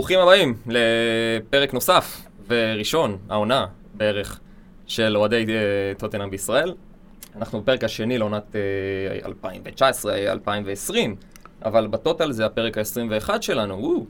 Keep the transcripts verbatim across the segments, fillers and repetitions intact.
ברוכים הבאים לפרק נוסף וראשון, העונה בערך, של אוהדי טוטנהאם בישראל. אנחנו בפרק השני לעונת אלפיים תשע עשרה אלפיים עשרים, אבל בטוטל זה הפרק ה-עשרים ואחת שלנו.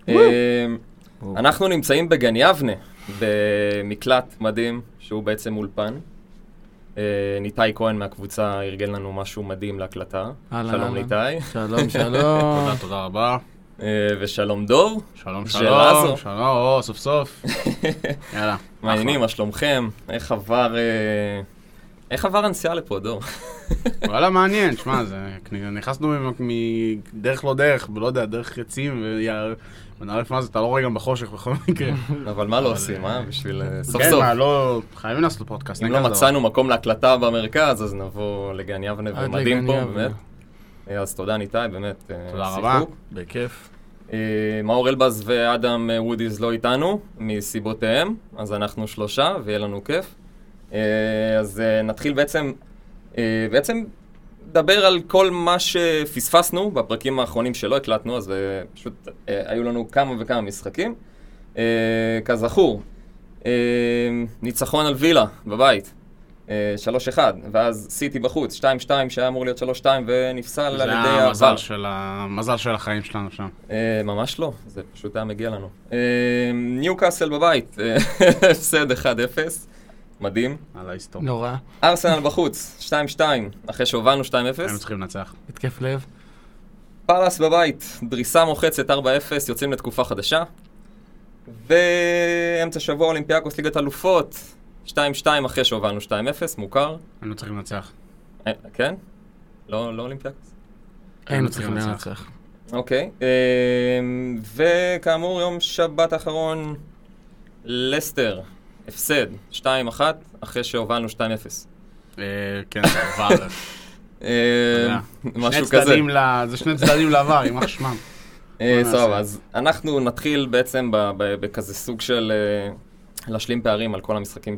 אנחנו נמצאים בגן יבנה, במקלט מדהים, שהוא בעצם אולפן. ניתאי כהן מהקבוצה ארגן לנו משהו מדהים להקלטה. שלום ניתאי. שלום, שלום. תודה, תודה רבה. ושלום דור. שלום, שלום. שלום, או, סוף סוף. יאללה. מעניינים, מה שלומכם? איך עבר... איך עבר הנסיעה לפה, דור? וואלה, מעניין. שמע, נכנסנו מדרך לא דרך, לא יודע, דרך יצים, ונערף מה זה, אתה לא רואה גם בחושך בכל מקרה. אבל מה לא עושים, אה? בשביל סוף כן, סוף. מה, לא... חייבים לעשות פודקאסט. אם לא מצאנו מקום להקלטה במרכז, אז נבוא לגן יבנה ומדהים פה, באמת. אז תודה ניתאי, באמת. תודה רבה. בכיף. מאור אלבז ואדם וודיז לא איתנו, מסיבותיהם, אז אנחנו שלושה, ויהיה לנו כיף. אז נתחיל בעצם, בעצם לדבר על כל מה שפספסנו בפרקים האחרונים שלא הקלטנו, אז פשוט היו לנו כמה וכמה משחקים. כזכור, ניצחון על וילה בבית, שלוש אחד, ואז סיטי בחוץ, שתיים שתיים שהיה אמור להיות שלוש שתיים ונפסל על ידי העבר. זה המזל של החיים שלנו שם. ממש לא, זה פשוט היה מגיע לנו. ניוקאסל בבית, הפסד אחד אפס. מדהים. על ההיסטור. נורא. ארסנל בחוץ, שתיים שתיים, אחרי שהובלנו שתיים אפס. היינו צריכים לנצח. התקף לב. פאלאס בבית, דריסה מוחצת ארבע אפס, יוצאים לתקופה חדשה. ואמצע שבוע אולימפיאקוס ליגת אלופות, שתיים שתיים אחרי שהובלנו שתיים אפס, מוכר. היינו צריכים לנצח. כן? לא, לא אולימפיאקוס? היינו צריכים לנצח. אוקיי. וכאמור, יום שבת האחרון, לסטר. הפסד, שתיים אחת, אחרי שהובלנו שתיים אפס. כן, זה עבר. משהו כזה. זה שני צדדים לעבר, עם החשמם. טוב, אז אנחנו נתחיל בעצם בכזה סוג של להשלים פערים על כל המשחקים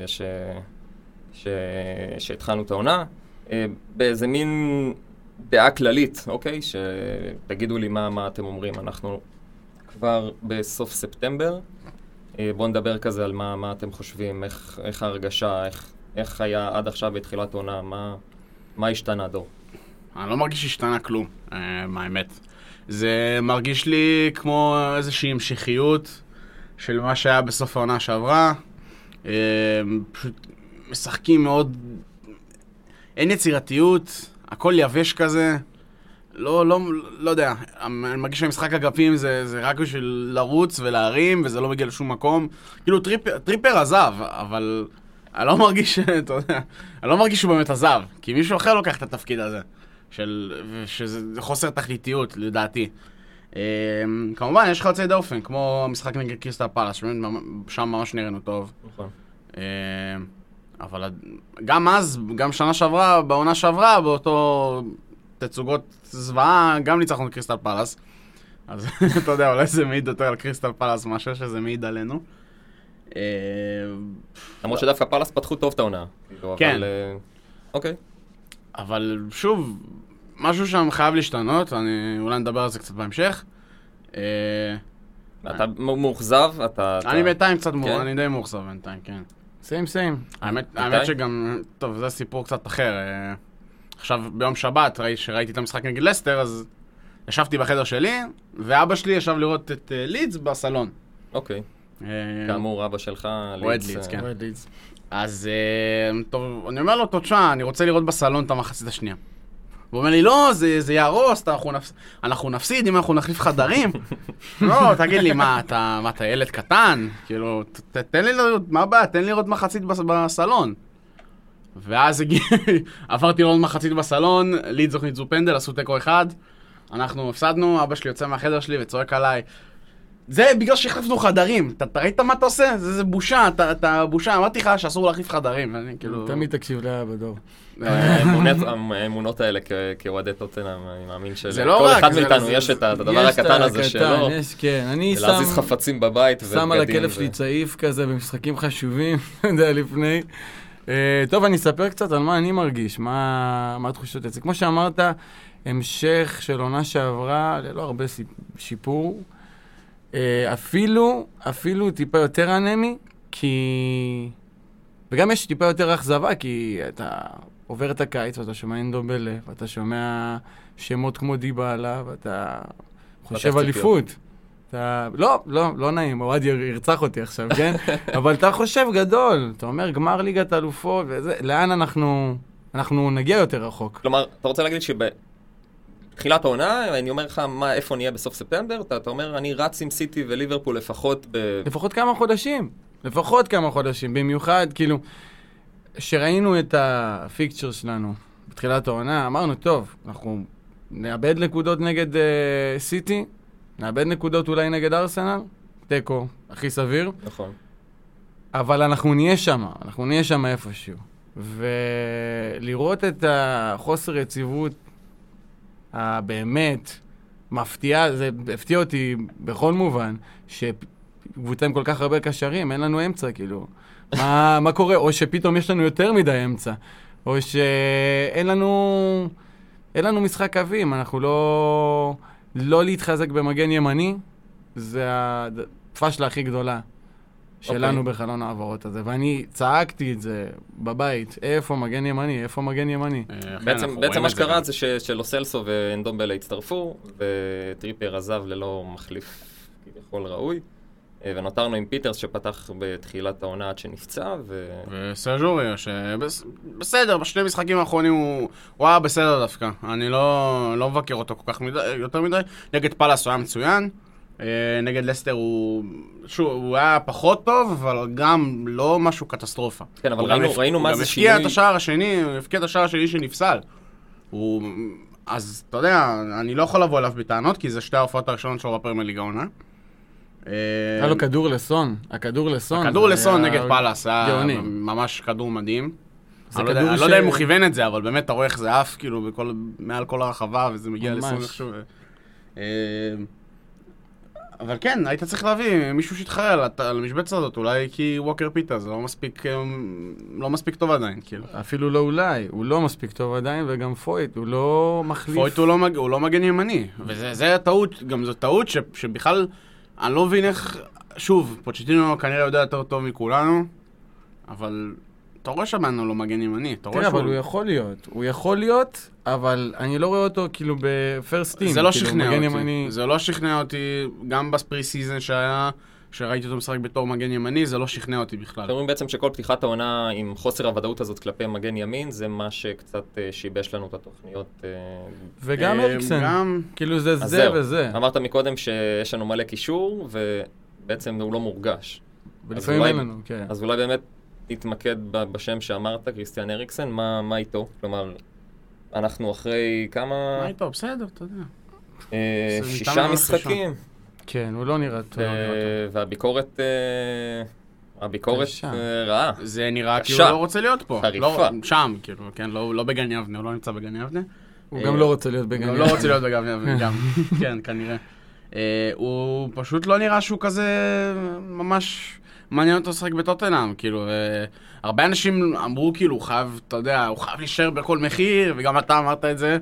שהתחלנו את העונה. באיזה מין דעה כללית, אוקיי? שתגידו לי מה אתם אומרים. אנחנו כבר בסוף ספטמבר. בואו נדבר כזה על מה, מה אתם חושבים, איך, איך ההרגשה, איך, איך היה עד עכשיו בתחילת עונה, מה, מה השתנה, דור? אני לא מרגיש שהשתנה כלום, מה האמת. זה מרגיש לי כמו איזושהי המשכיות של מה שהיה בסוף העונה שעברה. פשוט משחקים מאוד... אין יצירתיות, הכל יבש כזה. לא, לא, לא יודע, אני מרגיש שהמשחק אגפים זה, זה רק בשביל לרוץ ולהרים, וזה לא מגיע לשום מקום. כאילו, טריפר, טריפר עזב, אבל אני לא מרגיש, אתה יודע, אני לא מרגיש שהוא באמת עזב, כי מישהו אחר לוקח את התפקיד הזה, של, שזה חוסר תכליתיות, לדעתי. כמובן, יש לך יוצאי דופן, כמו המשחק נגד קריסטל פאלאס, שם ממש נראינו טוב. נכון. אבל גם אז, גם שנה שעברה, בעונה שעברה, באותו... תצוגות זוועה, גם ניצחנו קריסטל פאלאס. אז אתה יודע, אולי זה מעיד יותר על קריסטל פאלאס, מאשר שזה מעיד עלינו. למרות שדווקא פאלאס פתחו טוב את העונה. כן. אוקיי. אבל שוב, משהו שם חייב להשתנות, אני אולי נדבר על זה קצת בהמשך. אתה מאוכזב? אני בינתיים קצת מאוכזב, אני די מאוכזב בינתיים, כן. סיים, סיים. האמת שגם, טוב, זה סיפור קצת אחר. עכשיו, ביום שבת, שראיתי את המשחק נגד לסטר, אז ישבתי בחדר שלי, ואבא שלי ישב לראות את לידס בסלון. אוקיי. כאמור, אבא שלך, אוהד לידס, כן. אז, טוב, אני אומר לו, תודה, אני רוצה לראות בסלון את המחצית השנייה. הוא אומר לי, לא, זה יהרוס, אנחנו נפסיד אם אנחנו נחליף חדרים. לא, תגיד לי, מה, אתה ילד קטן? כאילו, תן לי לראות, מה הבא? תן לי לראות מחצית בסלון. ואז עברתי לראות מחצית בסלון, ליד זוכנית זו פנדל, עשו טקו אחד, אנחנו הפסדנו, אבא שלי יוצא מהחדר שלי וצועק עליי, זה בגלל שהחלפנו חדרים, אתה ראית מה אתה עושה? זה בושה, אתה בושה, אמרתי לך שאסור להחליף חדרים, ואני כאילו... תמיד תקשיב לאבא דור. האמונות האלה כאוהדי טוטנהאם, אני מאמין שזה לא רק... כל אחד מאיתנו יש את הדבר הקטן הזה שלו, להזיז חפצים בבית ובגדים. שם על הכלב שלי צעיף כזה במשחקים חשובים, אתה יודע, לפני. טוב, אני אספר קצת על מה אני מרגיש, מה התחושות אצלי. כמו שאמרת, המשך של עונה שעברה, ללא הרבה שיפור. אפילו, אפילו טיפה יותר אנמי, כי... וגם יש טיפה יותר אכזבה, כי אתה עובר את הקיץ, ואתה שומע אינדומבלה, ואתה שומע שמות כמו דיבאלה, ואתה חושב אליפות. אתה... לא, לא, לא נעים, אוהד ירצח אותי עכשיו, כן? אבל אתה חושב גדול, אתה אומר, גמר ליגת אלופות, וזה, לאן אנחנו, אנחנו נגיע יותר רחוק. כלומר, אתה רוצה להגיד שבתחילת העונה, אני אומר לך, מה, איפה נהיה בסוף ספטמבר? אתה, אתה אומר, אני רץ עם סיטי וליברפול לפחות ב... לפחות כמה חודשים. לפחות כמה חודשים, במיוחד, כאילו, שראינו את הפיקצ'ר שלנו בתחילת העונה, אמרנו, טוב, אנחנו נאבד נקודות נגד uh, סיטי, נאבד נקודות אולי נגד ארסנל, טקו, הכי סביר. נכון. אבל אנחנו נהיה שם, אנחנו נהיה שם איפשהו. ולראות את החוסר יציבות הבאמת מפתיע, זה הפתיע אותי בכל מובן, ש... קבוצה עם כל כך הרבה קשרים, אין לנו אמצע, כאילו. מה, מה קורה? או שפתאום יש לנו יותר מדי אמצע, או שאין לנו, אין לנו משחק קווים, אנחנו לא, לא להתחזק במגן ימני, זה הפשלה הכי גדולה שלנו okay. בחלון העברות הזה. ואני צעקתי את זה בבית, איפה מגן ימני, איפה מגן ימני. בעצם, בעצם מה שקרה זה שלוסלסו ואנדומבלה הצטרפו, וטריפר עזב ללא מחליף כביכול ראוי. ונותרנו עם פיטרס שפתח בתחילת העונה עד שנפצע, ו... וסרג'ורי, שבסדר, בשני משחקים האחרונים הוא... הוא היה בסדר דווקא. אני לא, לא מבקר אותו כל כך מדי, יותר מדי. נגד פלאס הוא היה מצוין. נגד לסטר הוא... שוב, הוא היה פחות טוב, אבל גם לא משהו קטסטרופה. כן, אבל ראינו, הפ... ראינו מה זה שינוי... הוא גם הפקיע את השער השני, הוא הפקיע את השער השני שנפסל. הוא... אז אתה יודע, אני לא יכול לבוא אליו בטענות, כי זה שתי ההופעות הראשונות שלו בפרמייר ליג העונה. היה לו כדור לסון, הכדור לסון. הכדור לסון נגד פלאס, היה ממש כדור מדהים. אני לא יודע אם הוא כיוון את זה, אבל באמת אתה רואה איך זה עף, כאילו, מעל כל הרחבה, וזה מגיע לסון איכשהו. אבל כן, היית צריך להביא מישהו שיתחרה על המשבצת הזאת, אולי כי ווקר פיטר, זה לא מספיק טוב עדיין, כאילו. אפילו לא אולי, הוא לא מספיק טוב עדיין, וגם פויט, הוא לא מחליף. פויט הוא לא מגן ימני, וזה הטעות, גם זו טעות שבכלל... אני לא מבין איך, שוב, פוצ'טינו כנראה יודע יותר טוב מכולנו, אבל אתה רואה שבאנו לא מגן ימני, אתה רואה כן, שהוא... אבל הוא יכול להיות, הוא יכול להיות, אבל אני לא רואה אותו כאילו בפרסט טים. זה לא שכנע אותי, זה לא שכנע אותי, גם בספרי סיזן שהיה, שראיתי אותו משחק בתור מגן ימני, זה לא שכנע אותי בכלל. אתם רואים בעצם שכל פתיחת העונה עם חוסר הוודאות הזאת כלפי מגן ימין, זה מה שקצת שיבש לנו את התוכניות. וגם אריקסן, כאילו זה זה וזה. אמרת מקודם שיש לנו מלא קישור, ובעצם הוא לא מורגש. ולפעמים אין לנו, כן. אז אולי באמת נתמקד בשם שאמרת, קריסטיאן אריקסן, מה איתו? כלומר, אנחנו אחרי כמה... מה איתו? בסדר, אתה יודע. שישה משחקים. כן, הוא לא נראה טוב. והביקורת, הביקורת רעה. זה נראה כאילו הוא לא רוצה להיות פה. חריפה. שם, כאילו, כן, לא בגן יבנה, הוא לא נמצא בגן יבנה. הוא גם לא רוצה להיות בגן יבנה. הוא לא רוצה להיות בגן יבנה, גם, כן, כנראה. הוא פשוט לא נראה שהוא כזה ממש מעניין אותו לשחק בטוטנהאם, כאילו, הרבה אנשים אמרו כאילו, הוא חייב, אתה יודע, הוא חייב להישאר בכל מחיר, וגם אתה אמרת את זה,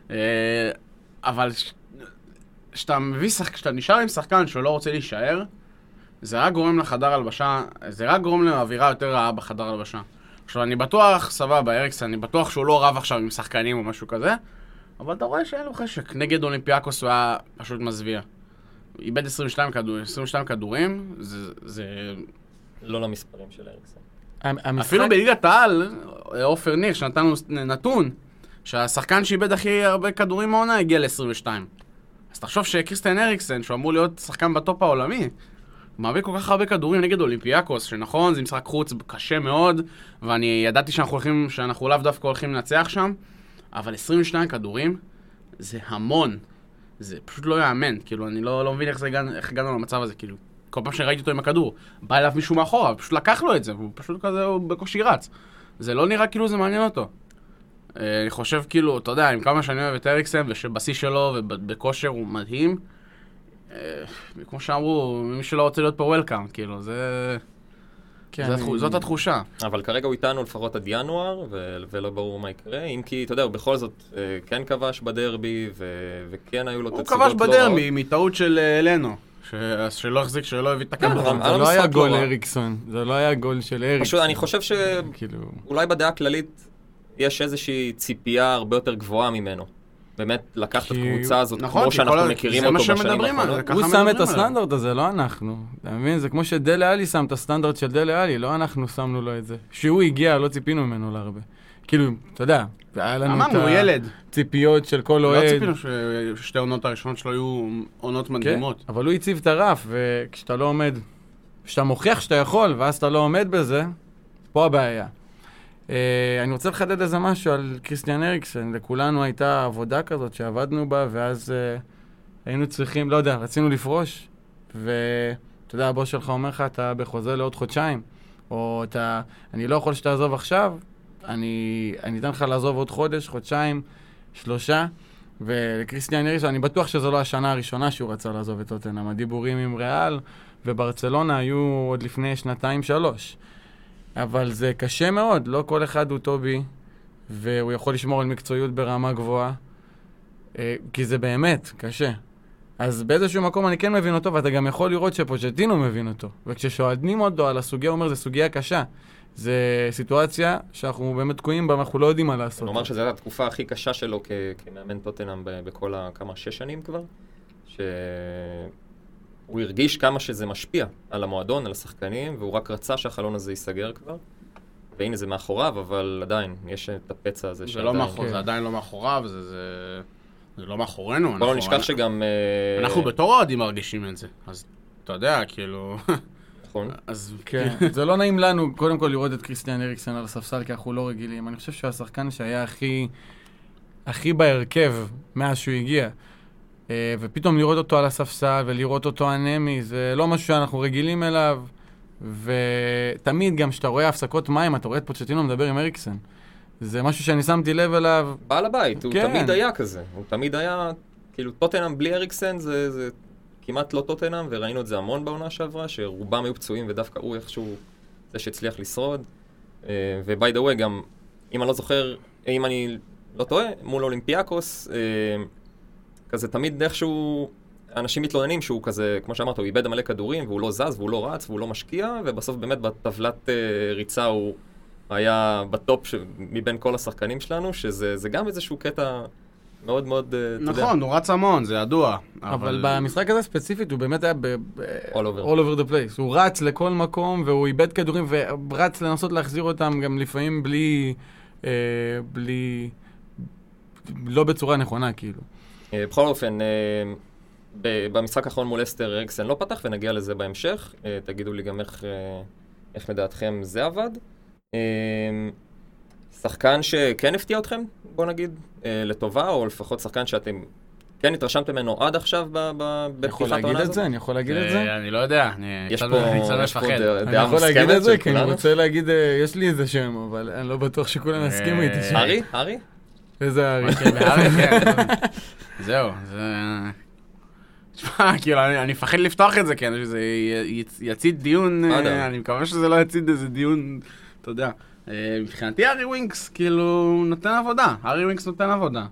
אבל... כשאתה מביא שחק, כשאתה נשאר עם שחקן שהוא לא רוצה להישאר, זה רק גורם לחדר הלבשה, זה רק גורם לאווירה יותר רעה בחדר הלבשה. עכשיו, אני בטוח, סבבה, אריקסן, אני בטוח שהוא לא רב עכשיו עם שחקנים או משהו כזה, אבל אתה רואה שאין לו חשק. נגד אולימפיאקוס הוא היה פשוט מזוויע. איבד עשרים ושתיים כדורים, עשרים ושתיים כדורים, זה... זה... לא למספרים של אריקסן. המשחק... אפילו בליגת העל, עופר ניר, שנתנו נתון, שהשחקן שאיבד הכי הרבה כדורים מהעונה הגיע ל-עשרים ושתיים. אז תחשוב שקריסטיאן אריקסן, שהוא אמור להיות שחקן בטופ העולמי, הוא מביא כל כך הרבה כדורים נגד אולימפיאקוס, שנכון, זה משחק חוץ קשה מאוד, ואני ידעתי שאנחנו הולכים, שאנחנו לאו דווקא הולכים לנצח שם, אבל עשרים ושתיים כדורים, זה המון. זה פשוט לא יאמן, כאילו, אני לא, לא מבין איך, זה, איך הגענו למצב הזה, כאילו, כל פעם שראיתי אותו עם הכדור, בא אליו מישהו מאחורה, פשוט לקח לו את זה, והוא פשוט כזה, הוא בקושי רץ. זה לא נראה כאילו זה מעניין אותו. אני חושב כאילו, אתה יודע, עם כמה שאני אוהב את אריקסן, ושבשיא שלו ובכושר הוא מדהים, כמו שאמרו, מי שלא רוצה להיות פה וולקאם, כאילו, זה... זאת התחושה. אבל כרגע הוא איתנו לפחות עד ינואר, ולא ברור מה יקרה, אם כי, אתה יודע, הוא בכל זאת כן כבש בדרבי, וכן היו לו תציגות לא רעות. הוא כבש בדרבי, מטעות של אלנו, ש- שלא החזיק, שלא הביא את הכדור. אבל- זה היה לא היה משחק גול לא רע. אריקסון, זה לא היה גול של אריקסון. פשוט אני חושב שאולי כאילו... בדעה הכללית יש איזושהי ציפייה הרבה יותר גבוהה ממנו. באמת, לקחת את כי- הקבוצה הזאת נכון, כמו כי שאנחנו כל ה- מכירים זה אותו מה בשנים שמדברים על זה, האחרונות. ככה הוא שם מדברים את עליו. הסטנדרט הזה, לא אנחנו. אתה מבין? זה כמו שדלה עלי שם את הסטנדרט של דלה עלי, לא אנחנו שמנו לו את זה. כשהוא הגיע, לא ציפינו ממנו להרבה. כאילו, אתה יודע, היה לנו את אמרנו, הוא ילד. הציפיות של כל אוהד. לא ציפינו ששתי עונות הראשונות שלו יהיו עונות כן, מדהימות. אבל הוא הציב את הרף, וכשאתה לא עומד, כשאתה מוכיח שאתה יכול, ואז אתה לא עומד בזה, פה הבעיה. Uh, אני רוצה לחדד איזה משהו על קריסטיאן אריקסן. לכולנו הייתה עבודה כזאת שעבדנו בה, ואז uh, היינו צריכים, לא יודע, רצינו לפרוש, ואתה יודע, הבוס שלך אומר לך, אתה בחוזה לעוד חודשיים, או אתה, אני לא יכול שתעזוב עכשיו, אני, אני אתן לך לעזוב עוד חודש, חודשיים, שלושה, ולקריסטיאן אריקסן, אני בטוח שזו לא השנה הראשונה שהוא רצה לעזוב את טוטנהאם. הדיבורים עם ריאל וברצלונה היו עוד לפני שנתיים, שלוש. אבל זה קשה מאוד, לא כל אחד הוא טובי, והוא יכול לשמור על מקצועיות ברמה גבוהה, אה, כי זה באמת קשה. אז באיזשהו מקום אני כן מבין אותו, ואתה גם יכול לראות שפוצ'טינו מבין אותו. וכששואלים אותו על הסוגיה, הוא אומר, זה סוגיה קשה. זה סיטואציה שאנחנו באמת תקועים בה, אנחנו לא יודעים מה לעשות. אני אומר שזו הייתה התקופה הכי קשה שלו כ- כמאמן טוטנהאם ב- בכל ה... כמה, שש שנים כבר, שהוא הרגיש כמה שזה משפיע על המועדון, על השחקנים, והוא רק רצה שהחלון הזה ייסגר כבר. והנה זה מאחוריו, אבל עדיין יש את הפצע הזה זה לא מאחור, זה עדיין לא מאחוריו, זה, זה, זה לא מאחורינו. בוא לא נשכח שגם... אה, אנחנו בתור אוהדים מרגישים את זה, אז אתה יודע, כאילו... נכון. אז כן, זה לא נעים לנו, קודם כל לראות את קריסטיאן אריקסן על הספסל, כי אנחנו לא רגילים. אני חושב שהוא השחקן שהיה הכי, הכי בהרכב מאז שהוא הגיע. אה, ופתאום לראות אותו על הספסל ולראות אותו אנמי, זה לא משהו שאנחנו רגילים אליו. ותמיד גם כשאתה רואה הפסקות מים, אתה רואה את פוצ'טינו מדבר עם אריקסן. זה משהו שאני שמתי לב אליו. בעל הבית, הוא כן. תמיד היה כזה. הוא תמיד היה, כאילו, טוטנהאם בלי אריקסן זה, זה כמעט לא טוטנהאם, וראינו את זה המון בעונה שעברה, שרובם היו פצועים ודווקא הוא איכשהו זה שהצליח לשרוד. וביי דה ווי, גם, אם אני לא זוכר, אם אני לא טועה, מול אולימפיאקוס, אה, כזה תמיד איכשהו, אנשים מתלוננים שהוא כזה, כמו שאמרת, הוא איבד מלא כדורים, והוא לא זז, והוא לא רץ, והוא לא משקיע, ובסוף באמת בטבלת אה, ריצה הוא היה בטופ ש... מבין כל השחקנים שלנו, שזה זה גם איזשהו קטע מאוד מאוד, אה, אתה יודע. נכון, הוא רץ המון, זה ידוע. אבל במשחק הזה ספציפית הוא באמת היה ב... ב- All over. all over the place. הוא רץ לכל מקום והוא איבד כדורים ורץ לנסות להחזיר אותם גם לפעמים בלי... אה, בלי... לא בצורה נכונה, כאילו. אה, בכל אופן, אה, ב- במשחק האחרון מול אסטר אריקסן לא פתח, ונגיע לזה בהמשך. אה, תגידו לי גם איך, אה, איך לדעתכם זה עבד. אה, שחקן שכן הפתיע אתכם, בוא נגיד, אה, לטובה, או לפחות שחקן שאתם כן התרשמתם ממנו עד עכשיו ב- ב- אני יכול בפתיחת להגיד העונה את הזאת? זה? אני יכול להגיד את זה? אה, אני לא יודע, אני יש קצת- פה אני קצת יש פה מפחד. דעה אני דעה יכול להגיד מוסכמת את זה, של כי אני כולנו. רוצה להגיד, אה, יש לי איזה שם, אבל אני לא בטוח שכולם יסכימו איתי שם. ארי? ארי? איזה ארי. והארי, כן. זהו, זה... תשמע, כאילו, אני אני מפחד לפתוח את זה, כי אני חושב שזה י- י- יצית דיון, מה אה, אתה? אני מקווה שזה לא יצית איזה דיון, אתה יודע. אה, מבחינתי הארי ווינקס, כאילו, הוא נותן עבודה, הארי ווינקס נותן עבודה.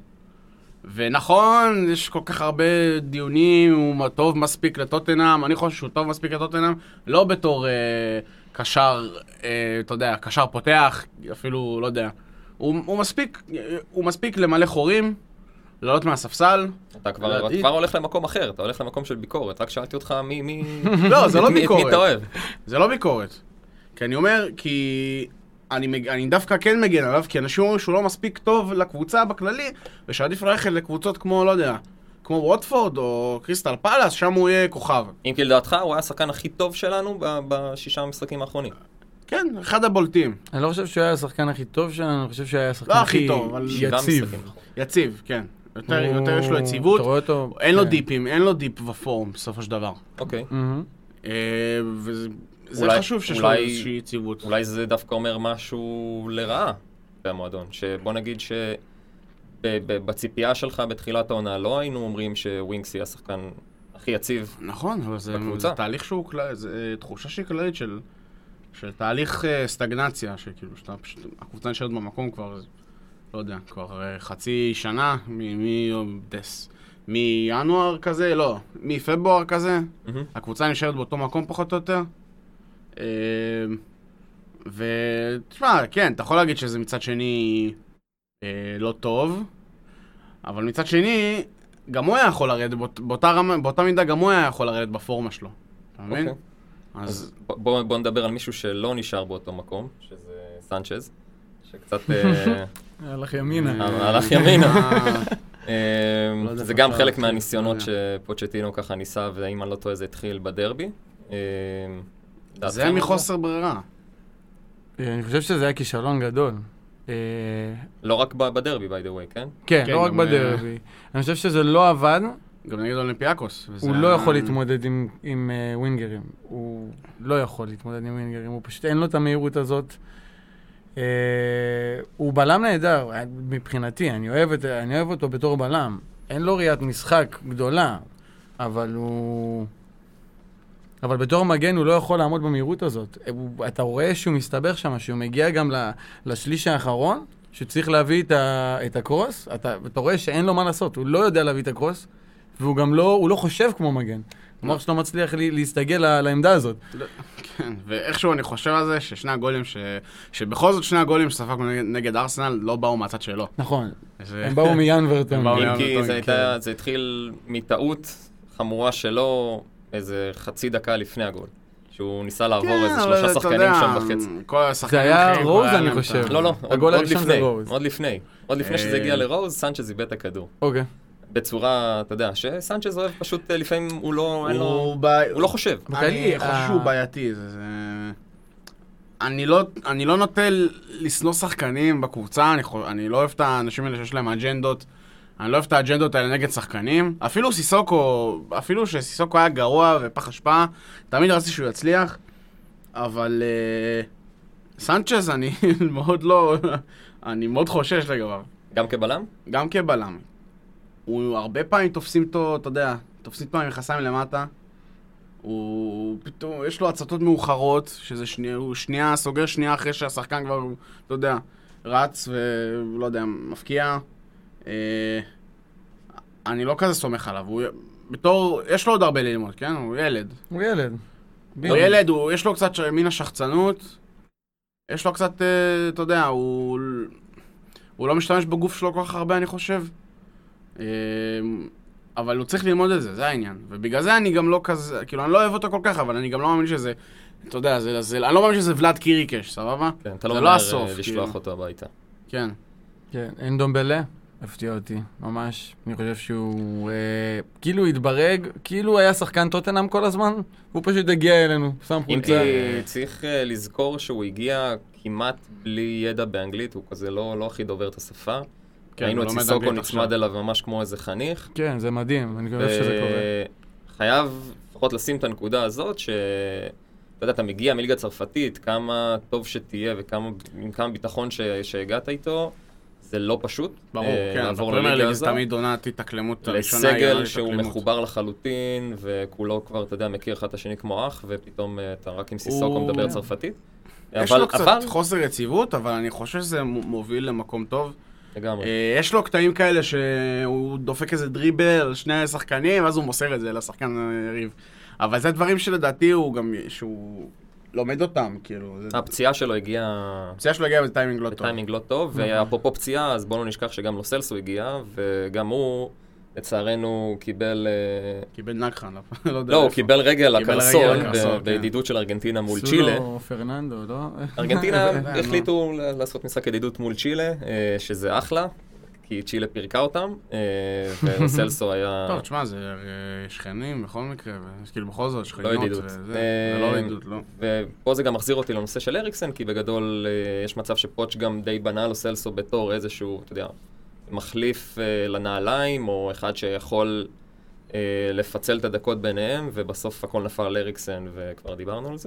ונכון, יש כל כך הרבה דיונים, הוא טוב מספיק לטוטנהאם, אני חושב שהוא טוב מספיק לטוטנהאם, לא בתור אה, קשר, אה, אתה יודע, קשר פותח, אפילו, לא יודע. הוא, הוא מספיק, הוא מספיק למלא חורים, לעלות מהספסל. אתה כבר לדעתי- אתה כבר הולך למקום אחר, אתה הולך למקום של ביקורת. רק שאלתי אותך מי... מי- לא, זה לא את מי- את מי ביקורת. אתה אוהב? זה לא ביקורת. כי אני אומר, כי אני, מג- אני דווקא כן מגן עליו, כי אנשים אומרים שהוא לא מספיק טוב לקבוצה בכללי, ושעדיף ללכת לקבוצות כמו, לא יודע, כמו ווטפורד או קריסטל פלאס, שם הוא יהיה כוכב. אם כי לדעתך הוא היה השחקן הכי טוב שלנו ב- בשישה המשחקים האחרונים. כן, אחד הבולטים. אני לא חושב שהוא היה השחקן הכי טוב שלנו, אני חושב שהוא היה השחקן לא הכי הכי טוב, אבל שבעה יציב. משחקים האחרונים. יציב, כן. יותר, הוא- יותר יש לו יציבות, אתה רואה אותו? אין לו כן. דיפים, אין לו דיפ ופורם בסופו של דבר. אוקיי. מהמם. אה, וזה זה אולי- חשוב שיש לו אולי- איזושהי יציבות. אולי זה דווקא אומר משהו לרעה במועדון. שבוא נגיד שבציפייה שלך בתחילת העונה לא היינו אומרים שווינקס יהיה השחקן הכי יציב. נכון, אבל זה, בקבוצה. זה תהליך שהוא, כלל- זה אה, תחושה שהיא כללית של, של תהליך אה, סטגנציה, שכאילו, שאתה פשוט, הקבוצה נשארת במקום כבר, לא יודע, כבר אה, חצי שנה, מ- מדס, מינואר כזה, לא, מפברואר כזה, הקבוצה נשארת באותו מקום פחות או יותר. ותשמע, כן, אתה יכול להגיד שזה מצד שני לא טוב, אבל מצד שני, גם הוא היה יכול לרדת, באותה מידה גם הוא היה יכול לרדת בפורמה שלו. אתה מבין? אז בוא נדבר על מישהו שלא נשאר באותו מקום, שזה סנצ'ז, שקצת... הלך ימינה. הלך ימינה. זה גם חלק מהניסיונות שפוצ'טינו ככה ניסה, ואם אני לא טועה זה התחיל בדרבי. זה היה מחוסר ברירה. אני חושב שזה היה כישלון גדול. לא רק בדרבי, by the way, כן? כן, לא רק בדרבי. אני חושב שזה לא עבד. גם נגד אולימפיאקוס. הוא לא יכול להתמודד עם ווינגרים. הוא לא יכול להתמודד עם ווינגרים. הוא פשוט אין לו את המהירות הזאת. הוא בלם נהדר, מבחינתי. אני אוהב אותו בתור בלם. אין לו ראיית משחק גדולה, אבל הוא... אבל בתור מגן הוא לא יכול לעמוד במהירות הזאת. אתה רואה שהוא מסתבך שם, שהוא מגיע גם לשליש האחרון, שצריך להביא את הקרוס, אתה רואה שאין לו מה לעשות, הוא לא יודע להביא את הקרוס, והוא גם לא, הוא לא חושב כמו מגן. כלומר שלא מצליח להסתגל לעמדה הזאת. כן, ואיכשהו אני חושב על זה ששני הגולים, שבכל זאת שני הגולים שספגנו נגד ארסנל לא באו מהצד שלו. נכון, הם באו מיאנברטון. כי זה התחיל מטעות חמורה שלו, איזה חצי דקה לפני הגול. שהוא ניסה לעבור איזה שלושה שחקנים שם בחצי. זה היה רוז, אני חושב. לא, לא, עוד לפני. עוד לפני. עוד לפני שזה הגיע לרוז, סנצ'ז איבד את הכדור. אוקיי. בצורה, אתה יודע, שסנצ'ז אוהב פשוט לפעמים הוא לא, אין לו, הוא לא חושב. אני חושב שהוא בעייתי. אני לא נוטה לסנוע שחקנים בקבוצה, אני לא אוהב את האנשים האלה שיש להם אג'נדות. אני לא אוהב את האג'נדות האלה נגד שחקנים. אפילו סיסוקו, אפילו שסיסוקו היה גרוע ופח השפעה, תמיד רציתי שהוא יצליח, אבל uh, סנצ'ז אני מאוד לא, אני מאוד חושש לגביו. גם כבלם? גם כבלם. הוא הרבה פעמים תופסים אותו, אתה יודע, תופסים פעמים יחסיים למטה. הוא פתאום, יש לו הצתות מאוחרות, שזה שנייה, הוא שנייה, סוגר שנייה אחרי שהשחקן כבר, אתה יודע, רץ ולא יודע, מפקיע. אני לא כזה סומך עליו, הוא בתור, יש לו עוד הרבה ללמוד, כן? הוא ילד. הוא ילד. הוא ילד, יש לו קצת מין השחצנות, יש לו קצת, אתה יודע, הוא הוא לא משתמש בגוף שלו כל כך הרבה, אני חושב. אבל הוא צריך ללמוד את זה, זה העניין. ובגלל זה אני גם לא כזה, כאילו, אני לא אוהב אותו כל כך, אבל אני גם לא מאמין שזה, אתה יודע, זה, זה, אני לא מאמין שזה ולד קיריקש, סבבה? כן, אתה לא אומר לשלוח אותו הביתה. כן. כן, אין דומבלה, הפתיע אותי, ממש. אני חושב שהוא אה, כאילו התברג, כאילו היה שחקן טוטנהאם כל הזמן, הוא פשוט הגיע אלינו, שם חולצה. צריך אה, לזכור שהוא הגיע כמעט בלי ידע באנגלית, הוא כזה לא, לא הכי דובר את השפה. כן, ראינו את סיסוקו נצמד אליו ממש כמו איזה חניך. כן, זה מדהים, אני חושב שזה קורה. חייב לפחות לשים את הנקודה הזאת, ש... אתה יודע, אתה מגיע מליגה צרפתית, כמה טוב שתהיה וכמה כמה ביטחון ש... שהגעת איתו, זה לא פשוט. ברור, כן, לעבור לליגה הזאת. תמיד עונת התאקלמות הראשונה. לסגל שהוא מחובר לחלוטין, וכולו כבר, אתה יודע, מכיר אחד את השני כמו אח, ופתאום אתה רק עם סיסוקו מדבר צרפתית. יש לו קצת חוסר יציבות, אבל אני חושב שזה מוביל למקום טוב. לגמרי. יש לו קטעים כאלה שהוא דופק איזה דריבל, שני שחקנים, אז הוא מוסר את זה לשחקן יריב. אבל זה דברים שלדעתי הוא גם, שהוא לומד אותם, כאילו. הפציעה שלו הגיעה... הפציעה שלו הגיעה בטיימינג לא טוב. בטיימינג לא טוב, ואפרופו פציעה, אז בואו לא נשכח שגם לוסלסו הגיע, וגם הוא, לצערנו, קיבל... קיבל נגחן, לא, הוא קיבל רגל הקרסול, בידידות של ארגנטינה מול צ'ילה. סולו פרננדו, לא? ארגנטינה החליטו לעשות משחק ידידות מול צ'ילה, שזה אחלה. כי צ'ילה פירקה אותם, ולוסלסו היה... טוב, תשמע, זה שכנים בכל מקרה, כאילו בכל זאת שכנות, לא ידידות. זה לא ידידות, לא. ופה זה גם מחזיר אותי לנושא של אריקסן, כי בגדול יש מצב שפוץ' גם די בנה לוסלסו בתור איזשהו, אתה יודע, מחליף לנעליים, או אחד שיכול לפצל את הדקות ביניהם, ובסוף הכל נפל על אריקסן, וכבר דיברנו על זה.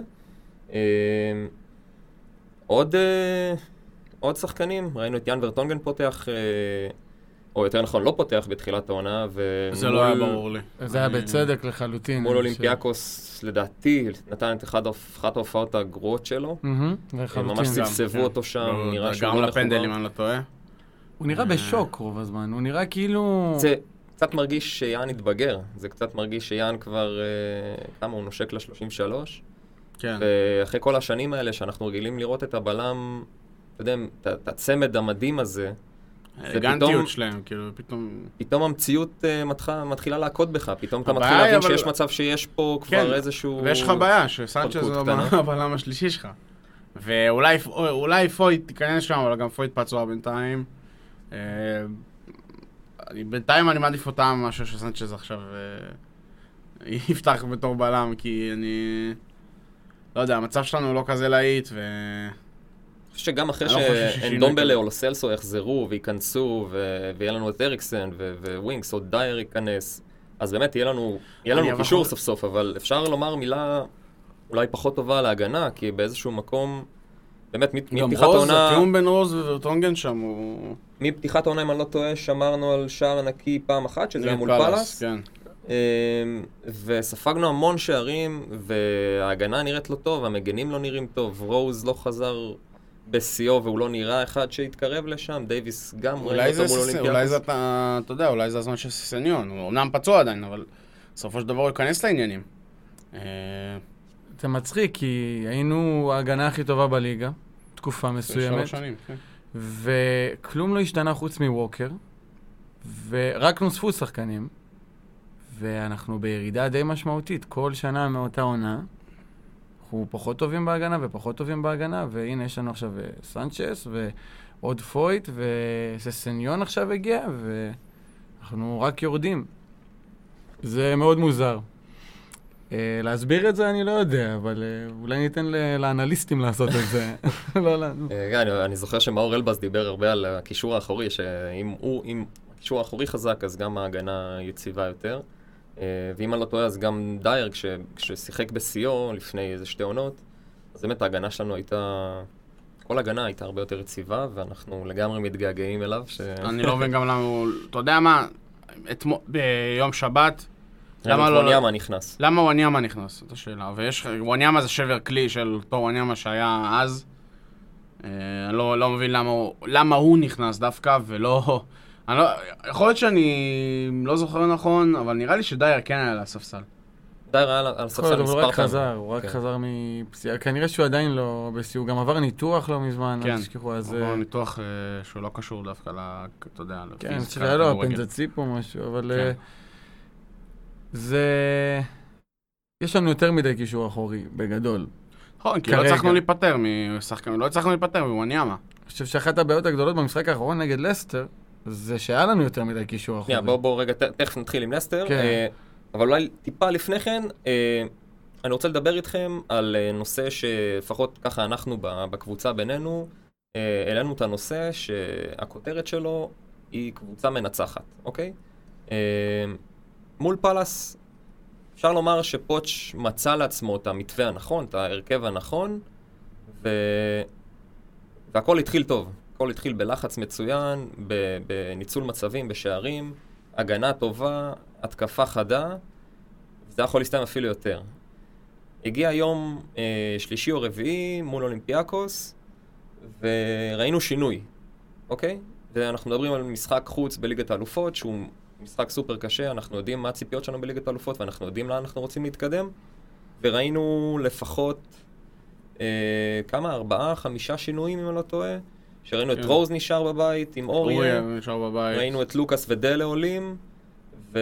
עוד... עוד שחקנים, ראינו את יאן ורטונגן פותח, או יותר נכון לא פותח בתחילת העונה, זה לא היה ברור לי. זה היה בצדק לחלוטין. מול אולימפיאקוס, לדעתי, נתן את אחת ההופעות הגרועות שלו. ממש סבסבו אותו שם, נראה שהוא לא מחובר. גם לפנדל, אם אני לא טועה. הוא נראה בשוק רוב הזמן, הוא נראה כאילו... קצת מרגיש שיאן התבגר, זה קצת מרגיש שיאן כבר, אה, כמה הוא נושק ל-שלושים ושלוש, כן. ואחרי כל השנים האלה שאנחנו רגילים לראות את הבלם, אתה יודע, את הצמד המדהים הזה, האלגנטיות שלהם, כאילו, פתאום... פתאום המציאות uh, מתח... מתחילה לעקוד בך, פתאום אתה מתחיל הבעיה, להבין אבל- שיש מצב שיש פה כן, כבר איזשהו... ויש לך בעיה, שסנצ'ז חלקות זה קטנה. הבלם השלישי שלך. ואולי אולי פויט תיכנס שם, אבל גם פויט פצוע בינתיים. אה, אני- בינתיים אני מעדיף אותם, משהו שסנצ'ז עכשיו אה, יפתח בתור בלם, כי אני... לא יודע, המצב שלנו לא כזה להיט, ו... אני חושב שגם אחרי אני לא חושב ששינוי שאנדומבלה כזה. או לוסלסו יחזרו וייכנסו, ו... ויהיה לנו את אריקסן ו... ווינקס, או דייר ייכנס, אז באמת יהיה לנו, יהיה אני לנו אבל קישור יכול- סוף סוף, אבל אפשר לומר מילה אולי פחות טובה על ההגנה, כי באיזשהו מקום, באמת מ- גם מפתיחת רוז, העונה... התיאום בין רוז וטונגן שם הוא... מפתיחת העונה, אם אני לא טועה, שמרנו על שער ענקי פעם אחת, שזה היה מול פלאס. כן. אמ, וספגנו המון שערים, וההגנה נראית לא טוב, המגנים לא נראים טוב, רוז לא חזר בשיאו והוא לא נראה אחד שהתקרב לשם, דייביס גם אולי ראינו זה, אותו מול סס- אולימפיאקוס. אולי זה, אתה אתה יודע, אולי זה הזמן של ססניון. הוא אומנם פצוע עדיין, אבל בסופו של דבר הוא ייכנס לעניינים. אה, זה מצחיק, כי היינו ההגנה הכי טובה בליגה, תקופה מסוימת, שלוש שנים, כן. וכלום לא השתנה חוץ מווקר, ורק נוספו שחקנים, ואנחנו בירידה די משמעותית. כל שנה מאותה עונה, אנחנו פחות טובים בהגנה ופחות טובים בהגנה, והנה יש לנו עכשיו אה, סנצ'ס ועוד פויט, וססניון עכשיו הגיע, ואנחנו רק יורדים. זה מאוד מוזר. Uh, להסביר את זה אני לא יודע, אבל uh, אולי ניתן ל- לאנליסטים לעשות את זה. לא לנו. אה, כן, אני- אני זוכר שמאור אלבז דיבר הרבה על הקישור האחורי, שאם הוא, אם הקישור האחורי חזק, אז גם ההגנה יציבה יותר. אה, ואם אני לא טועה, אז גם דייר, כש- כששיחק בשיאו לפני איזה שתי עונות, אז באמת ההגנה שלנו הייתה... כל הגנה הייתה הרבה יותר יציבה, ואנחנו לגמרי מתגעגעים אליו, ש... אני לא מבין גם למה הוא... אתה יודע מה? אתמול, ביום שבת, למה לא... וואניאמה נכנס. למה וואניאמה נכנס? זאת השאלה. ויש... וואניאמה זה שבר כלי של אותו וואניאמה שהיה אז. אה, אני לא, לא מבין למה הוא, למה הוא נכנס דווקא, ולא... אני לא... יכול להיות שאני לא זוכר נכון, אבל נראה לי שדייר כן היה על הספסל. דייר היה על יכול הספסל להיות, אבל מספר הוא רק פעמים. חזר, הוא רק כן. חזר מפציעה. כנראה שהוא עדיין לא בסיוע, הוא גם עבר ניתוח לא מזמן, כן. אל תשכחו, אז... הוא עבר ניתוח אה, שהוא לא קשור דווקא ל... אתה יודע, כן, אני חושב לפיזיקה, שהיה לו לכדורגל. אפנדציפ או משהו, אבל... כן. אה, זה... יש לנו יותר מדי קישור אחורי, בגדול. נכון, כי לא כרגע. הצלחנו להיפטר משחקנים, לא הצלחנו להיפטר מוואניאמה. אני חושב שאחת הבעיות הגדולות במשחק האחרון נגד לסטר, זה שהיה לנו יותר מדי קישור אחורי. שנייה, בואו בוא, רגע, ת- תכף נתחיל עם לסטר. כן. אה, אבל אולי טיפה לפני כן, אה, אני רוצה לדבר איתכם על אה, נושא שלפחות ככה אנחנו ב- בקבוצה בינינו, אה, העלינו את הנושא שהכותרת שלו היא קבוצה מנצחת, אוקיי? אה, מול פלאס, אפשר לומר שפוץ' מצא לעצמו את המתווה הנכון, את ההרכב הנכון, ו... והכל התחיל טוב. הכל התחיל בלחץ מצוין, ב- בניצול מצבים, בשערים, הגנה טובה, התקפה חדה, זה יכול להסתיים אפילו יותר. הגיע יום אה, שלישי או רביעי מול אולימפיאקוס, וראינו שינוי, אוקיי? ואנחנו מדברים על משחק חוץ בליגת האלופות, שהוא משחק סופר קשה, אנחנו יודעים מה הציפיות שלנו בליגת האלופות, ואנחנו יודעים לאן אנחנו רוצים להתקדם, וראינו לפחות אה, כמה, ארבעה, חמישה שינויים, אם אני לא טועה, שראינו את כן. רוז נשאר בבית עם אוריה, אוריה נשאר בבית. ראינו את לוקאס ודלה עולים, ו...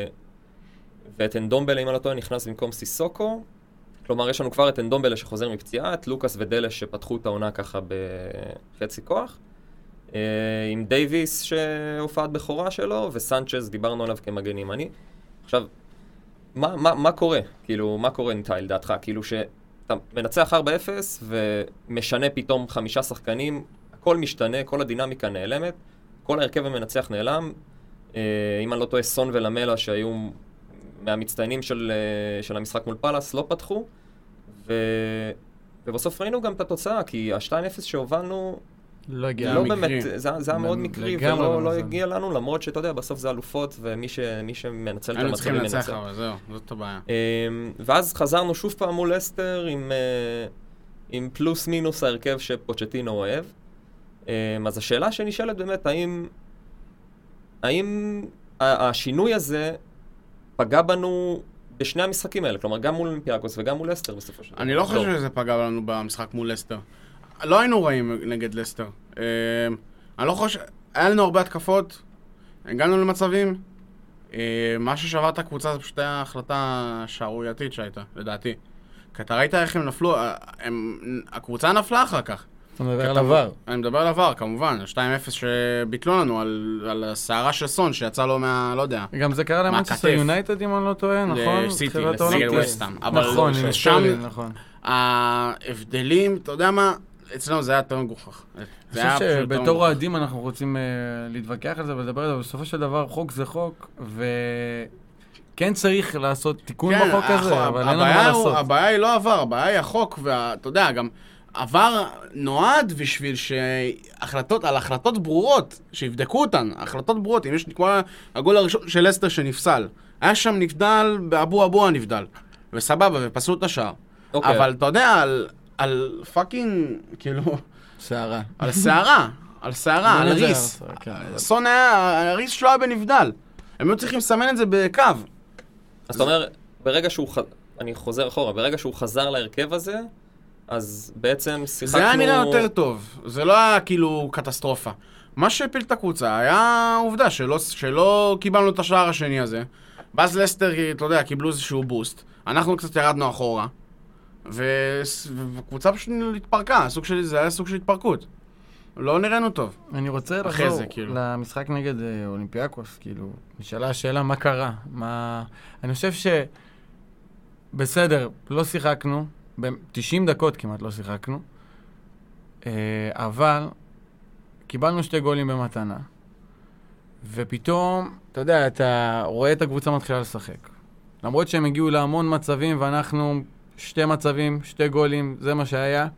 ואת אנדומבלה, אם אני לא טועה, נכנס במקום סיסוקו. כלומר, יש לנו כבר את אנדומבלה שחוזר מפציעה, את לוקאס ודלה שפתחו את העונה ככה בחצי כוח, אה, עם דייביס שהופעת בכורה שלו, וסנצ'ז, דיברנו עליו כמגן ימני. עכשיו, מה, מה, מה קורה? כאילו, מה קורה נטייל, לדעתך? כאילו שאתה מנצח ארבע אפס ומשנה פתאום חמישה שחקנים, הכל משתנה, כל הדינמיקה נעלמת, כל ההרכב המנצח נעלם. אה, אם אני לא טועה, סון ולמלה שהיו מהמצטיינים של, אה, של המשחק מול פלאס לא פתחו, ו... ובסוף ראינו גם את התוצאה, כי ה-שתיים אפס שהובלנו לא הגיע. לא מקרי. באמת, זה, זה היה מאוד מקרי, לגמרי ולא לא במזל. הגיע לנו, למרות שאתה יודע, בסוף זה אלופות, ומי ש, מי שמנצל את היינו צריכים המצבים לנצח, מנצח. אבל זהו, זאת הבעיה. אמ, ואז חזרנו שוב פעם מול לסטר עם, אה, עם פלוס מינוס ההרכב שפוצ'טינו אוהב. אמ, אז השאלה שנשאלת באמת, האם, האם השינוי הזה פגע בנו בשני המשחקים האלה, כלומר גם מול אולימפיאקוס וגם מול לסטר בסופו של דבר. אני לא חושב שזה פגע לנו במשחק מול לסטר. לא היינו רעים נגד לסטר. אני לא חושב... היה לנו הרבה התקפות, הגענו למצבים. מה ששבר את הקבוצה זה פשוט היה החלטה שערורייתית שהייתה, לדעתי. כי אתה ראית איך הם נפלו, הקבוצה נפלה אחר כך. אתה מדבר על עבר. אני מדבר על עבר, כמובן. שתיים אפס שביטלו לנו על הסערה של סון שיצא לו מה... לא יודע. גם זה קרה למנצ'סטר יונייטד, אם אני לא טועה, נכון? לסיטי, נגד וסטהאם. נכון, עם סטרלינג, נכון. ההבדלים, אתה יודע מה? אצלנו זה היה יותר מגוחך. אני חושב שבתור אוהדים אנחנו רוצים להתווכח על זה ולדבר על זה, אבל בסופו של דבר חוק זה חוק, וכן צריך לעשות תיקון בחוק הזה, אבל אין לנו מה לעשות. הבעיה היא לא עבר, הבעיה היא החוק, ואתה יודע, גם עבר נועד בשביל שהחלטות, על החלטות ברורות, שיבדקו אותן, החלטות ברורות, אם יש כמו הגול הראשון של לסטר שנפסל, היה שם נבדל, באבו אבו הנבדל, וסבבה, ופסלו את השער. אבל אתה יודע, על... על פאקינג, כאילו... שערה. על שערה, על שערה, על ריס. סון היה, הריס שלו היה בנבדל. הם לא צריכים לסמן את זה בקו. אז אתה אומר, ברגע שהוא, אני חוזר אחורה, ברגע שהוא חזר להרכב הזה, אז בעצם שיחקנו... זה היה נראה יותר טוב, זה לא היה כאילו קטסטרופה. מה שהפיל את הקבוצה היה עובדה שלא, שלא קיבלנו את השער השני הזה. באז לסטר, אתה יודע, קיבלו איזשהו בוסט. אנחנו קצת ירדנו אחורה. וקבוצה פשוט התפרקה, זה היה סוג של התפרקות. לא נראינו טוב. אני רוצה לחזור למשחק נגד אולימפיאקוס, כאילו, נשאלה השאלה מה קרה. אני חושב ש... בסדר, לא שיחקנו, ב-תשעים דקות כמעט לא שיחקנו, אבל קיבלנו שתי גולים במתנה, ופתאום, אתה יודע, אתה רואה את הקבוצה מתחילה לשחק. למרות שהם הגיעו להמון מצבים ואנחנו... שתי מצבים, שתי גולים, זה מה שהיה.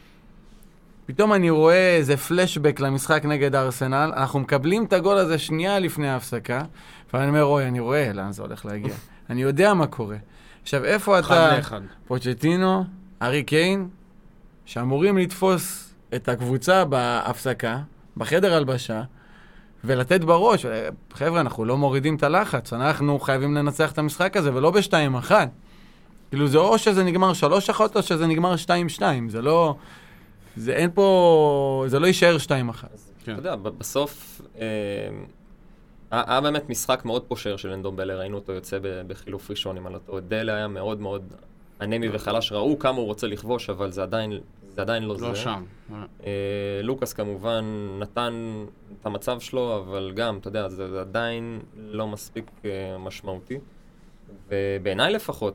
פתאום אני רואה איזה פלשבק למשחק נגד ארסנל, אנחנו מקבלים את הגול הזה שנייה לפני ההפסקה, ואני אומר, רואי, אני רואה לאן זה הולך להגיע. אני יודע מה קורה. עכשיו, איפה אתה? פוצ'טינו, ארי קיין, שאמורים לתפוס את הקבוצה בהפסקה, בחדר הלבשה, ולתת בראש. חבר'ה, אנחנו לא מורידים את הלחץ, אנחנו חייבים לנצח את המשחק הזה, ולא בשתיים אחת. כאילו זה או שזה נגמר שלוש אחת או שזה נגמר שתיים שתיים, זה לא, זה אין פה, זה לא יישאר שתיים אחת. אתה יודע, בסוף, היה באמת משחק מאוד פושר של אנדומבלה, ראינו אותו יוצא בחילוף ראשון עם הלטו, דלה היה מאוד מאוד אנמי וחלש, ראו כמה הוא רוצה לכבוש, אבל זה עדיין, זה עדיין לא זה. לא שם. לוקאס כמובן נתן את המצב שלו, אבל גם, אתה יודע, זה עדיין לא מספיק משמעותי, ובעיניי לפחות,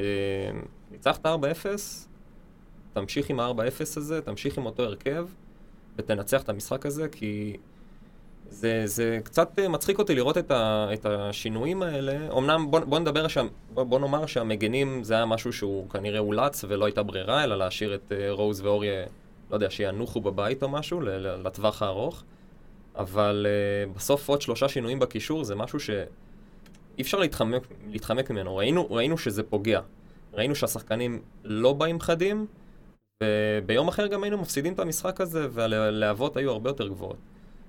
ניצחת ארבע אפס, תמשיך עם ה-ארבע אפס הזה, תמשיך עם אותו הרכב, ותנצח את המשחק הזה, כי זה, זה קצת מצחיק אותי לראות את, ה, את השינויים האלה. אמנם בוא, בוא נדבר שם, בוא, בוא נאמר שהמגנים זה היה משהו שהוא כנראה אולץ ולא הייתה ברירה, אלא להשאיר את רוז ואוריה, לא יודע, שינוחו בבית או משהו, לטווח הארוך. אבל בסוף עוד שלושה שינויים בקישור זה משהו ש... אי אפשר להתחמק, להתחמק ממנו. ראינו, ראינו שזה פוגע. ראינו שהשחקנים לא באים חדים, וביום אחר גם היינו מפסידים את המשחק הזה, והלהבות היו הרבה יותר גבוהות.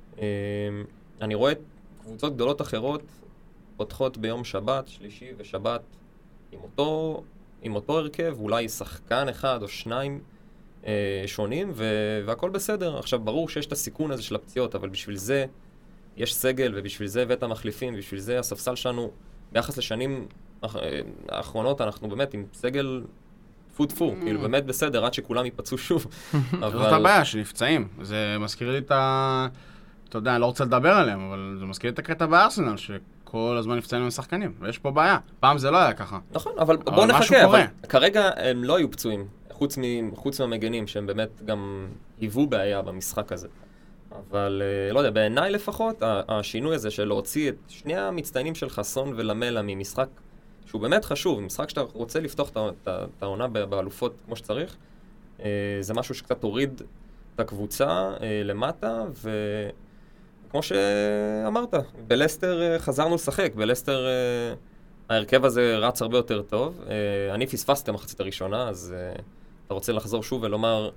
אני רואה קבוצות גדולות אחרות פותחות ביום שבת, שלישי ושבת, עם אותו, עם אותו הרכב, אולי שחקן אחד או שניים שונים, והכל בסדר. עכשיו, ברור שיש את הסיכון הזה של הפציעות, אבל בשביל זה יש סגל, ובשביל זה הבאת המחליפים, ובשביל זה הספסל שלנו, ביחס לשנים האחרונות, אנחנו באמת עם סגל טפו-טפו, כאילו באמת בסדר, עד שכולם ייפצעו שוב. זאת הבעיה, שנפצעים. זה מזכיר לי את ה... אתה יודע, אני לא רוצה לדבר עליהם, אבל זה מזכיר לי את הקטע בארסנל, שכל הזמן נפצעים עם שחקנים, ויש פה בעיה. פעם זה לא היה ככה. נכון, אבל בוא נחכה, אבל כרגע הם לא היו פצועים, חוץ מהמגנים, שהם באמת גם היוו בעיה במשחק הזה. אבל לא יודע, בעיניי לפחות, השינוי הזה של להוציא את שני המצטיינים של חסון ולמלה ממשחק שהוא באמת חשוב, משחק שאתה רוצה לפתוח את העונה באלופות כמו שצריך, זה משהו שקצת הוריד את הקבוצה למטה, וכמו שאמרת, בלסטר חזרנו לשחק, בלסטר ההרכב הזה רץ הרבה יותר טוב, אני פספסתי המחצית הראשונה, אז אתה רוצה לחזור שוב ולומר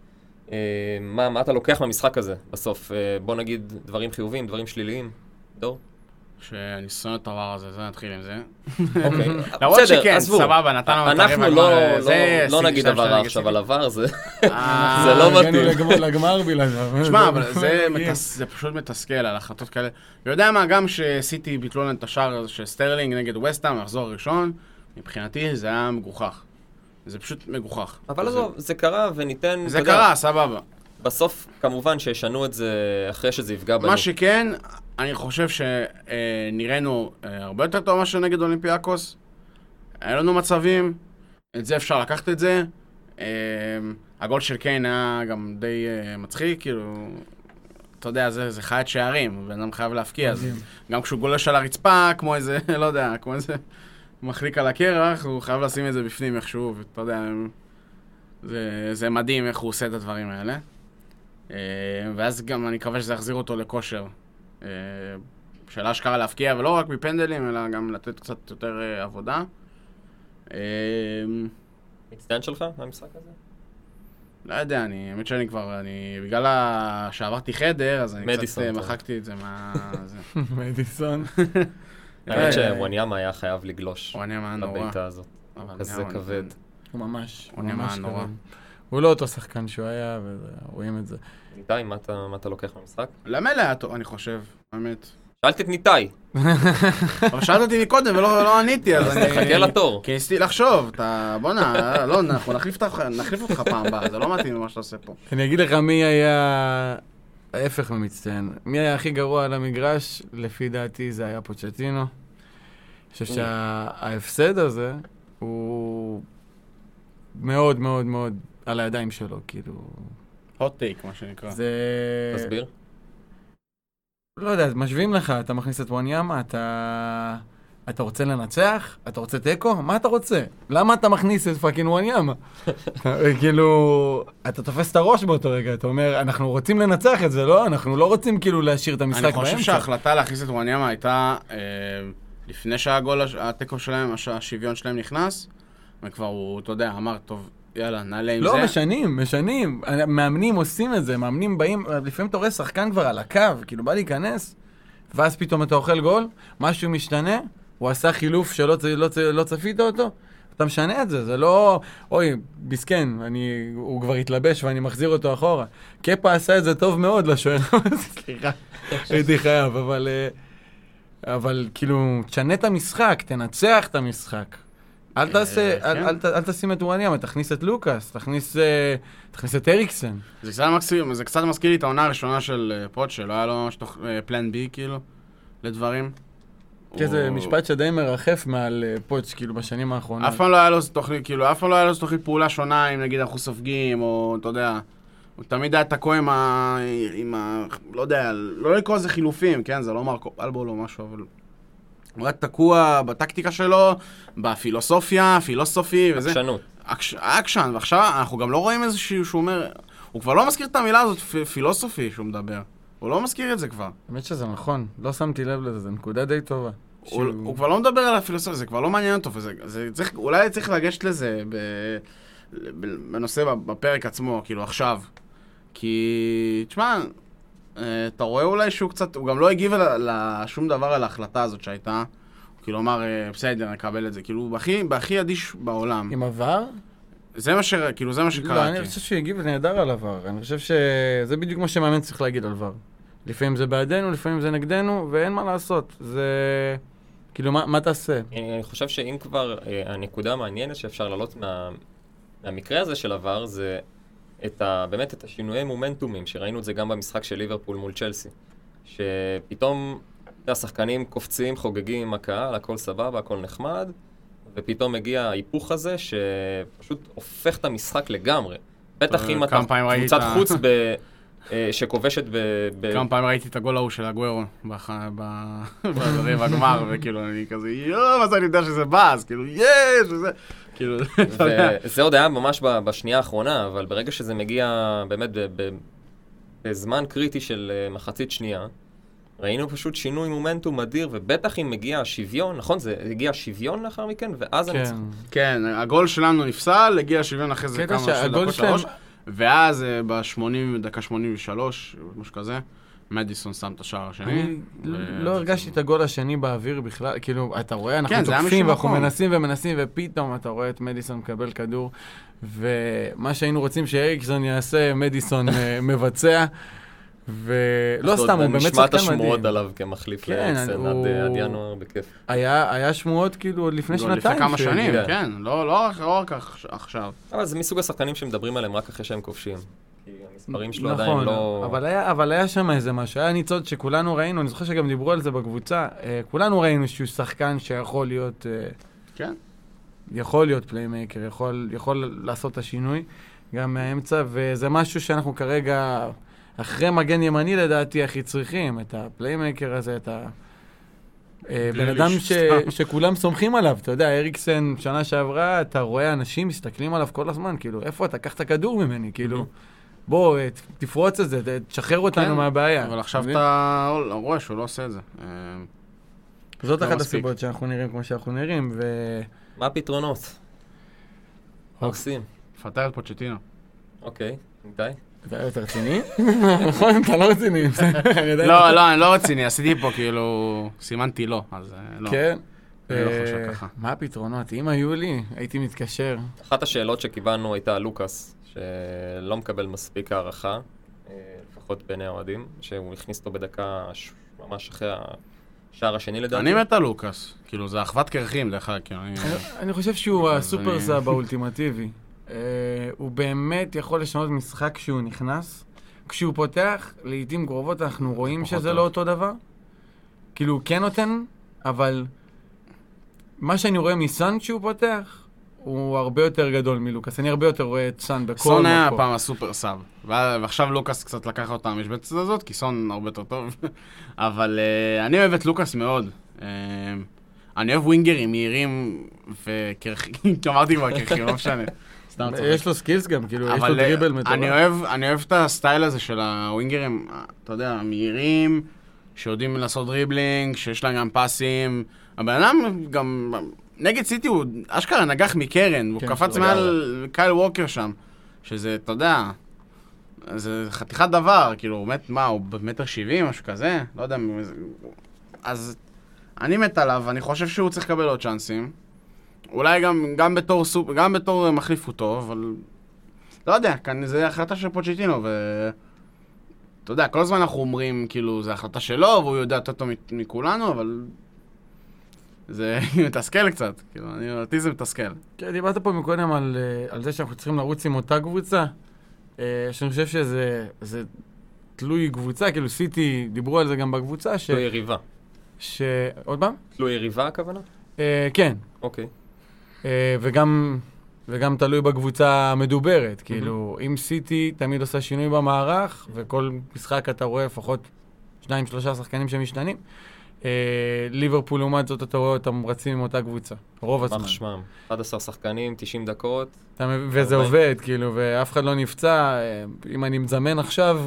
מה, מה אתה לוקח מהמשחק הזה בסוף? בוא נגיד דברים חיוביים, דברים שליליים. דור? שניסיונות דבר הזה, זה נתחיל עם זה. אוקיי, למרות בסדר, שכן, עזבו. סבבה, נתנו את אנחנו הרבע לא- גמר, לא- זה לא נגיד עשיתי עבר שתיים עכשיו נגד על עבר, זה אה, זה לא הגענו מתאים. לגמר- לגמר בלעדיו. תשמע, אבל זה מתס- זה פשוט מתסכל על החלטות כאלה. ויודע מה, גם שסיטי ביטלו להם את השער הזה של סטרלינג נגד ווסטהאם, לחזור הראשון, מבחינתי זה היה מגוחך. זה פשוט מגוחך. אבל זה- עזוב, זה קרה וניתן, זה אתה יודע, קרה, סבבה. בסוף כמובן שישנו את זה אחרי שזה יפגע בנו. מה שכן, אני חושב שנראינו הרבה יותר טוב מאשר נגד אולימפיאקוס. היה לנו מצבים, את זה אפשר לקחת את זה. אה, הגול של קיין היה גם די אה, מצחיק, כאילו, אתה יודע, זה, זה חיית שערים, בן אדם חייב להפקיע. אז גם כשהוא גולש על הרצפה, כמו איזה, לא יודע, כמו איזה מחליק על הקרח, הוא חייב לשים את זה בפנים איכשהו, ואתה יודע, זה, זה מדהים איך הוא עושה את הדברים האלה. אה, ואז גם אני מקווה שזה יחזיר אותו לכושר. אה, שאלה שקרה להפקיע, ולא רק מפנדלים, אלא גם לתת קצת יותר אה, עבודה. אה, מצטיין שלך מהמשחק הזה? לא יודע, אני, האמת שאני כבר, אני, בגלל ה- שעברתי חדר, אז אני מדיסון, קצת טוב. אה, מחקתי את זה מה... זה. מדיסון. האמת שוואניאמה היה חייב לגלוש הוא נהיה נורא. בבעיטה הזאת. אבל כזה נהיה- כבד. הוא ממש, הוא ממש נהיה נורא. כבד. הוא לא אותו שחקן שהוא היה, ורואים את זה. ניתאי, מה אתה- מה אתה לוקח מהמשחק? למלא היה טוב, אני חושב, האמת. שאלתי את ניתאי, אבל שאלת אותי מקודם ולא לא עניתי, אז אני... תחכה לתור. כי ניסיתי לחשוב, אתה... בוא'נה, לא, אנחנו נחליף אותך- נחליף אותך פעם הבאה, זה לא מתאים למה שאתה עושה פה. אני אגיד לך מי היה ההפך ממצטיין. מי היה הכי גרוע על המגרש, לפי דעתי זה היה פוצ'טינו. אני חושב שההפסד הזה הוא מאוד מאוד מאוד על הידיים שלו, כאילו... hot take, מה שנקרא. זה... תסביר. לא יודע, משווים לך, אתה מכניס את וואניאמה, אתה... אתה רוצה לנצח? אתה רוצה תיקו? מה אתה רוצה? למה אתה מכניס את פאקינג וואניאמה? כאילו, אתה תופס את הראש באותו רגע, אתה אומר, אנחנו רוצים לנצח את זה, לא? אנחנו לא רוצים כאילו להשאיר את המשחק אני באמצע. חושב שההחלטה להכניס את וואניאמה הייתה אה, לפני שהגול, הש- התיקו שלהם, הש- השוויון שלהם נכנס, וכבר הוא, אתה יודע, אמר, טוב, יאללה, נעלה עם לא, זה. משנים, משנים. מאמנים עושים את זה, מאמנים באים, לפעמים אתה רואה שחקן כבר על הקו, כאילו בא להיכנס, ואז פתאום אתה אוכל גול, משהו משתנה, הוא עשה חילוף שלא צ- לא צ- לא צפית אותו, אתה משנה את זה, זה לא, אוי, מסכן, אני, הוא כבר התלבש ואני מחזיר אותו אחורה. קפה עשה את זה טוב מאוד לשוער, סליחה, הייתי חייב, אבל, אה, אבל כאילו, תשנה את המשחק, תנצח את המשחק. אל תעשה, כן. אל, אל, ת- אל תשים את וואניאמה, תכניס את לוקאס, תכניס, אה, תכניס את אריקסן. זה קצת מקסים, זה קצת מזכיר לי את העונה הראשונה של אה, פוט, שלא היה לו ממש תוך פלן בי, כאילו, לדברים. כן, זה הוא- משפט שדי מרחף מעל אה, פוטש, כאילו, בשנים האחרונות. אף פעם לא היה לו איזה תוכנית, כאילו, אף פעם לא היה לו איזה תוכנית פעולה שונה, אם נגיד אנחנו סופגים, או אתה יודע, הוא תמיד היה תקוע עם ה... עם ה... לא יודע, לא לקרוא לזה חילופים, כן? זה לא מרקו אלבול או משהו, אבל... הוא רק תקוע בטקטיקה שלו, בפילוסופיה, פילוסופי וזה. עקשנות. אקש- אקשן, ועכשיו אנחנו גם לא רואים איזשהו שהוא אומר... הוא כבר לא מזכיר את המילה הזאת, פ- פילוסופי, שהוא מדבר. הוא לא מזכיר את זה כבר. האמת שזה נכון, לא שמתי לב לזה, זו נקודה די טובה. הוא, שהוא- הוא כבר לא מדבר על הפילוסופיה, זה כבר לא מעניין אותו, וזה, זה צריך, אולי צריך לגשת לזה ב, ב, בנושא בפרק עצמו, כאילו עכשיו. כי, תשמע, אה, אתה רואה אולי שהוא קצת, הוא גם לא הגיב לשום דבר על ההחלטה הזאת שהייתה. הוא כאילו אמר, אה, בסדר, נקבל את זה, כאילו, בהכי, בהכי אדיש בעולם. עם עבר? זה מה ש... כאילו, זה מה לא, שקראתי. אני חושב שהוא הגיב נהדר על עבר. אני חושב שזה בדיוק מה שמאמן צריך להגיד על עבר. לפעמים זה בעדנו, לפעמים זה נגדנו, ואין מה לעשות. זה... כאילו, מה, מה תעשה? אני אני חושב שאם כבר אה, הנקודה המעניינת שאפשר לעלות מה, מהמקרה הזה של עבר, זה את ה, באמת את השינויי מומנטומים, שראינו את זה גם במשחק של ליברפול מול צ'לסי. שפתאום השחקנים קופצים, חוגגים עם הקהל, הכל סבבה, הכל נחמד, ופתאום מגיע ההיפוך הזה שפשוט הופך את המשחק לגמרי. בטח אם אתה כמה פעמים ראית- קבוצת חוץ ב... אה, שכובשת ב... ב... כמה פעמים ראיתי את הגול ההוא של הגוורו בח- ב- ברבע הגמר, וכאילו אני כזה, יואו, אז אני יודע שזה בא, אז כאילו, יש, וזה, כאילו, אתה יודע. וזה עוד היה ממש ב- בשנייה האחרונה, אבל ברגע שזה מגיע באמת ב- ב- בזמן קריטי של אה, מחצית שנייה, ראינו פשוט שינוי מומנטום אדיר, ובטח אם מגיע השוויון, נכון? זה הגיע השוויון לאחר מכן, ואז אני כן. צריך... כן, הגול שלנו נפסל, הגיע השוויון אחרי זה קטע כמה של שהגול דקות שלהם- שלוש. ואז ב-שמונים, דקה שמונים ושלוש, משהו כזה, מדיסון שם את השער השני. אני לא הרגשתי את הגול השני באוויר בכלל, כאילו, אתה רואה, אנחנו כן, זה היה תוקפים משום ואנחנו מקום. מנסים ומנסים, ופתאום אתה רואה את מדיסון מקבל כדור, ומה שהיינו רוצים שאריקסון יעשה, מדיסון אה, מבצע, ולא סתם, הוא באמת נשמע את שחקן השמועות מדהים. עליו כמחליף כן, לאריקסן הוא- עד אה, עד ינואר, בכיף. היה היה שמועות כאילו עוד לפני לא, שנתיים. לפני כמה שהוא שנים, הגיע. כן. לא לא רק- לא רק עכש- עכשיו. אבל זה מסוג השחקנים שמדברים עליהם רק אחרי שהם כובשים. כי המספרים שלו נכון, עדיין לא... אבל היה, אבל היה שם איזה משהו, היה ניצוד שכולנו ראינו, אני זוכר שגם דיברו על זה בקבוצה, אה, כולנו ראינו שהוא שחקן שיכול להיות, אה, כן. יכול להיות פליימייקר, יכול, יכול לעשות את השינוי, גם מהאמצע, וזה משהו שאנחנו כרגע, אחרי מגן ימני לדעתי, הכי צריכים, את הפליימייקר הזה, את ה... אה, בן אדם ש... שכולם סומכים עליו, אתה יודע, אריקסן שנה שעברה, אתה רואה אנשים מסתכלים עליו כל הזמן, כאילו, איפה אתה? קח את הכדור ממני, כאילו, בוא, אה, תפרוץ את זה, תשחרר אותנו כן, מהבעיה. אבל עכשיו מבין? אתה רואה שהוא לא עושה את זה. אה, זאת לא אחת מספיק. הסיבות שאנחנו נראים כמו שאנחנו נראים, ו... מה הפתרונות? מה עושים? פטר את פוצ'טינו. אוקיי, די. אתה יותר רציני? נכון, אתה לא רציני. לא, לא, אני לא רציני, עשיתי פה כאילו, סימנתי לא, אז אה, לא. כן. אני לא אה, חושב ככה. מה הפתרונות? אם היו לי, הייתי מתקשר. אחת השאלות שקיבלנו הייתה לוקאס, שלא מקבל מספיק הערכה, אה, לפחות בעיני האוהדים, שהוא הכניס אותו בדקה ש- ממש אחרי השער השני לדעתי. אני מת על לוקאס, כאילו זה אחוות קרחים דרך אגב, כאילו אני... אני חושב שהוא אז הסופר אני- סאב האולטימטיבי. אה, הוא באמת יכול לשנות משחק כשהוא נכנס. כשהוא פותח, לעיתים קרובות אנחנו רואים פחות שזה טוב. לא אותו דבר. כאילו הוא כן נותן, אבל מה שאני רואה מסאן כשהוא פותח, הוא הרבה יותר גדול מלוקאס. אני הרבה יותר רואה את סאן בכל מקום. סון היה פעם הסופר סאב, ועכשיו לוקאס קצת לקח אותה מהמשבצת הזאת, כי סון הרבה יותר טוב, אבל אה, אני אוהב את לוקאס מאוד. אה, אני אוהב ווינגרים מהירים וקרחים, אמרתי כבר קרחים, לא משנה. סתם צוחק. יש לו סקילס גם, כאילו, יש לו אבל, אה, דריבל מטורף. אני אוהב, אני אוהב את הסטייל הזה של הווינגרים, אתה יודע, מהירים, שיודעים לעשות דריבלינג, שיש להם גם פסים. הבן אדם גם, נגד סיטי הוא אשכרה נגח מקרן, הוא כן, קפץ לגמרי. מעל קייל ווקר שם, שזה, אתה יודע, זה חתיכת דבר, כאילו, הוא מת, מה, הוא במטר שבעים, משהו כזה? לא יודע, מ- אז אני מת עליו, אני חושב שהוא צריך לקבל עוד צ'אנסים. אולי גם, גם בתור סופ, גם בתור מחליף הוא טוב, אבל לא יודע, כאן זה החלטה של פוצ'טינו, ו... אתה יודע, כל הזמן אנחנו אומרים, כאילו, זה החלטה שלו, והוא יודע יותר טוב מכולנו, אבל זה מתסכל קצת, כאילו, אני, אותי זה מתסכל. כן, דיברת פה מקודם על, אה, על זה שאנחנו צריכים לרוץ עם אותה קבוצה, אה, שאני חושב שזה זה תלוי קבוצה, כאילו סיטי, דיברו על זה גם בקבוצה, ש... תלוי יריבה. ש... עוד פעם? תלוי יריבה הכוונה? אה, כן, אוקיי. אה, וגם, וגם תלוי בקבוצה המדוברת, כאילו, אם סיטי תמיד עושה שינוי במערך, וכל משחק אתה רואה לפחות שניים, שלושה שחקנים שמשתנים, אה, ליברפול לעומת זאת אתה רואה אותם רצים עם אותה קבוצה, רוב הזמן. מה חשמם? אחד עשר שחקנים, תשעים דקות. אתה מבין? וזה ארבעים. עובד, כאילו, ואף אחד לא נפצע, אה, אם אני מזמן עכשיו,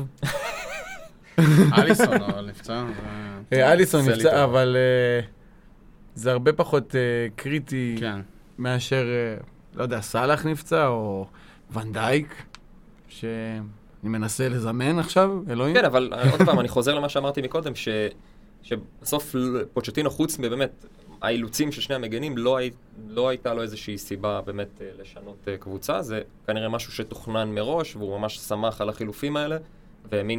אליסון, אבל נפצע. זה- אה, אליסון עושה לי נפצע, טוב. אבל אה, זה הרבה פחות אה, קריטי כן. מאשר, אה, לא יודע, סאלח נפצע, או ונדייק, שאני מנסה לזמן עכשיו, אלוהים. כן, אבל עוד פעם, אני חוזר למה שאמרתי מקודם, ש... שבסוף פוצ'טינו חוץ מבאמת האילוצים של שני המגנים, לא, הי... לא הייתה לו איזושהי סיבה באמת אה, לשנות אה, קבוצה, זה כנראה משהו שתוכנן מראש, והוא ממש שמח על החילופים האלה, והאמין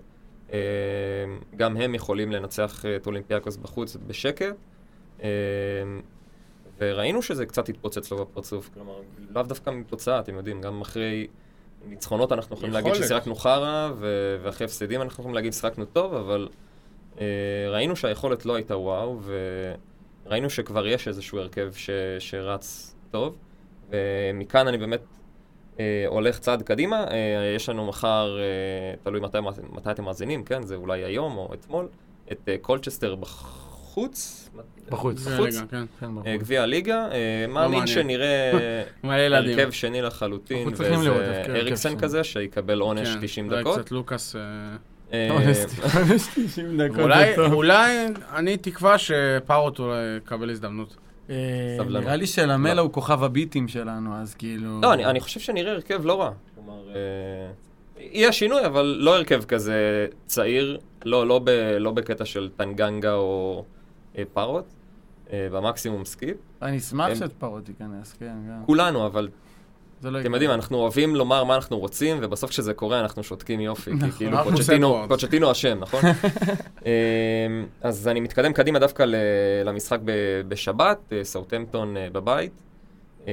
שגם הם יכולים לנצח אה, את אולימפיאקוס בחוץ בשקט, אה, וראינו שזה קצת התפוצץ לו בפרצוף, כלומר, לאו דווקא מתוצאה, אתם יודעים, גם אחרי ניצחונות אנחנו יכולים להגיד יכולת. ששיחקנו חרא, ו... ואחרי הפסדים אנחנו יכולים להגיד ששיחקנו טוב, אבל אה, ראינו שהיכולת לא הייתה וואו, וראינו שכבר יש איזשהו הרכב ש... שרץ טוב, ומכאן אני באמת אה, הולך צעד קדימה. אה, יש לנו מחר, אה, תלוי מתי, מתי אתם מאזינים, כן? זה אולי היום או אתמול, את אה, קולצ'סטר בחוץ. בחוץ. זה בחוץ. ליגה, כן. כן, בחוץ. אה, גביע הליגה, אה, מאמין מעניין. שנראה מלא ילדים. הרכב שני לחלוטין, אנחנו צריכים לראות ואיזה הרכב אריקסן שני. כזה שיקבל עונש כן, תשעים אולי דקות. קצת לוקאס... אה, אה, אונסטי, אונסטי, תשעים דקות. אולי, זה טוב. אולי, אני תקווה שפארוט אולי יקבל הזדמנות. אה, סבלנות. נראה לי שלמלה לא. הוא כוכב הביטים שלנו, אז כאילו... לא, אני, אני חושב שנראה הרכב לא רע. כלומר, יהיה שינוי, אבל לא הרכב כזה צעיר, לא, לא, ב, לא בקטע של טנגנגה או אה, פרות, אה, במקסימום סקיפ. אני אשמח שאת פרות תיכנס, כן, גם. כולנו, אבל זה לא אתם יודעים, אנחנו אוהבים לומר מה אנחנו רוצים, ובסוף כשזה קורה אנחנו שותקים יופי, כי כאילו אנחנו פוצ'טינו, בסדר. פוצ'טינו אשם, נכון? אה, אז אני מתקדם קדימה דווקא ל- למשחק ב- בשבת, אה, סאות'המפטון אה, בבית. אה,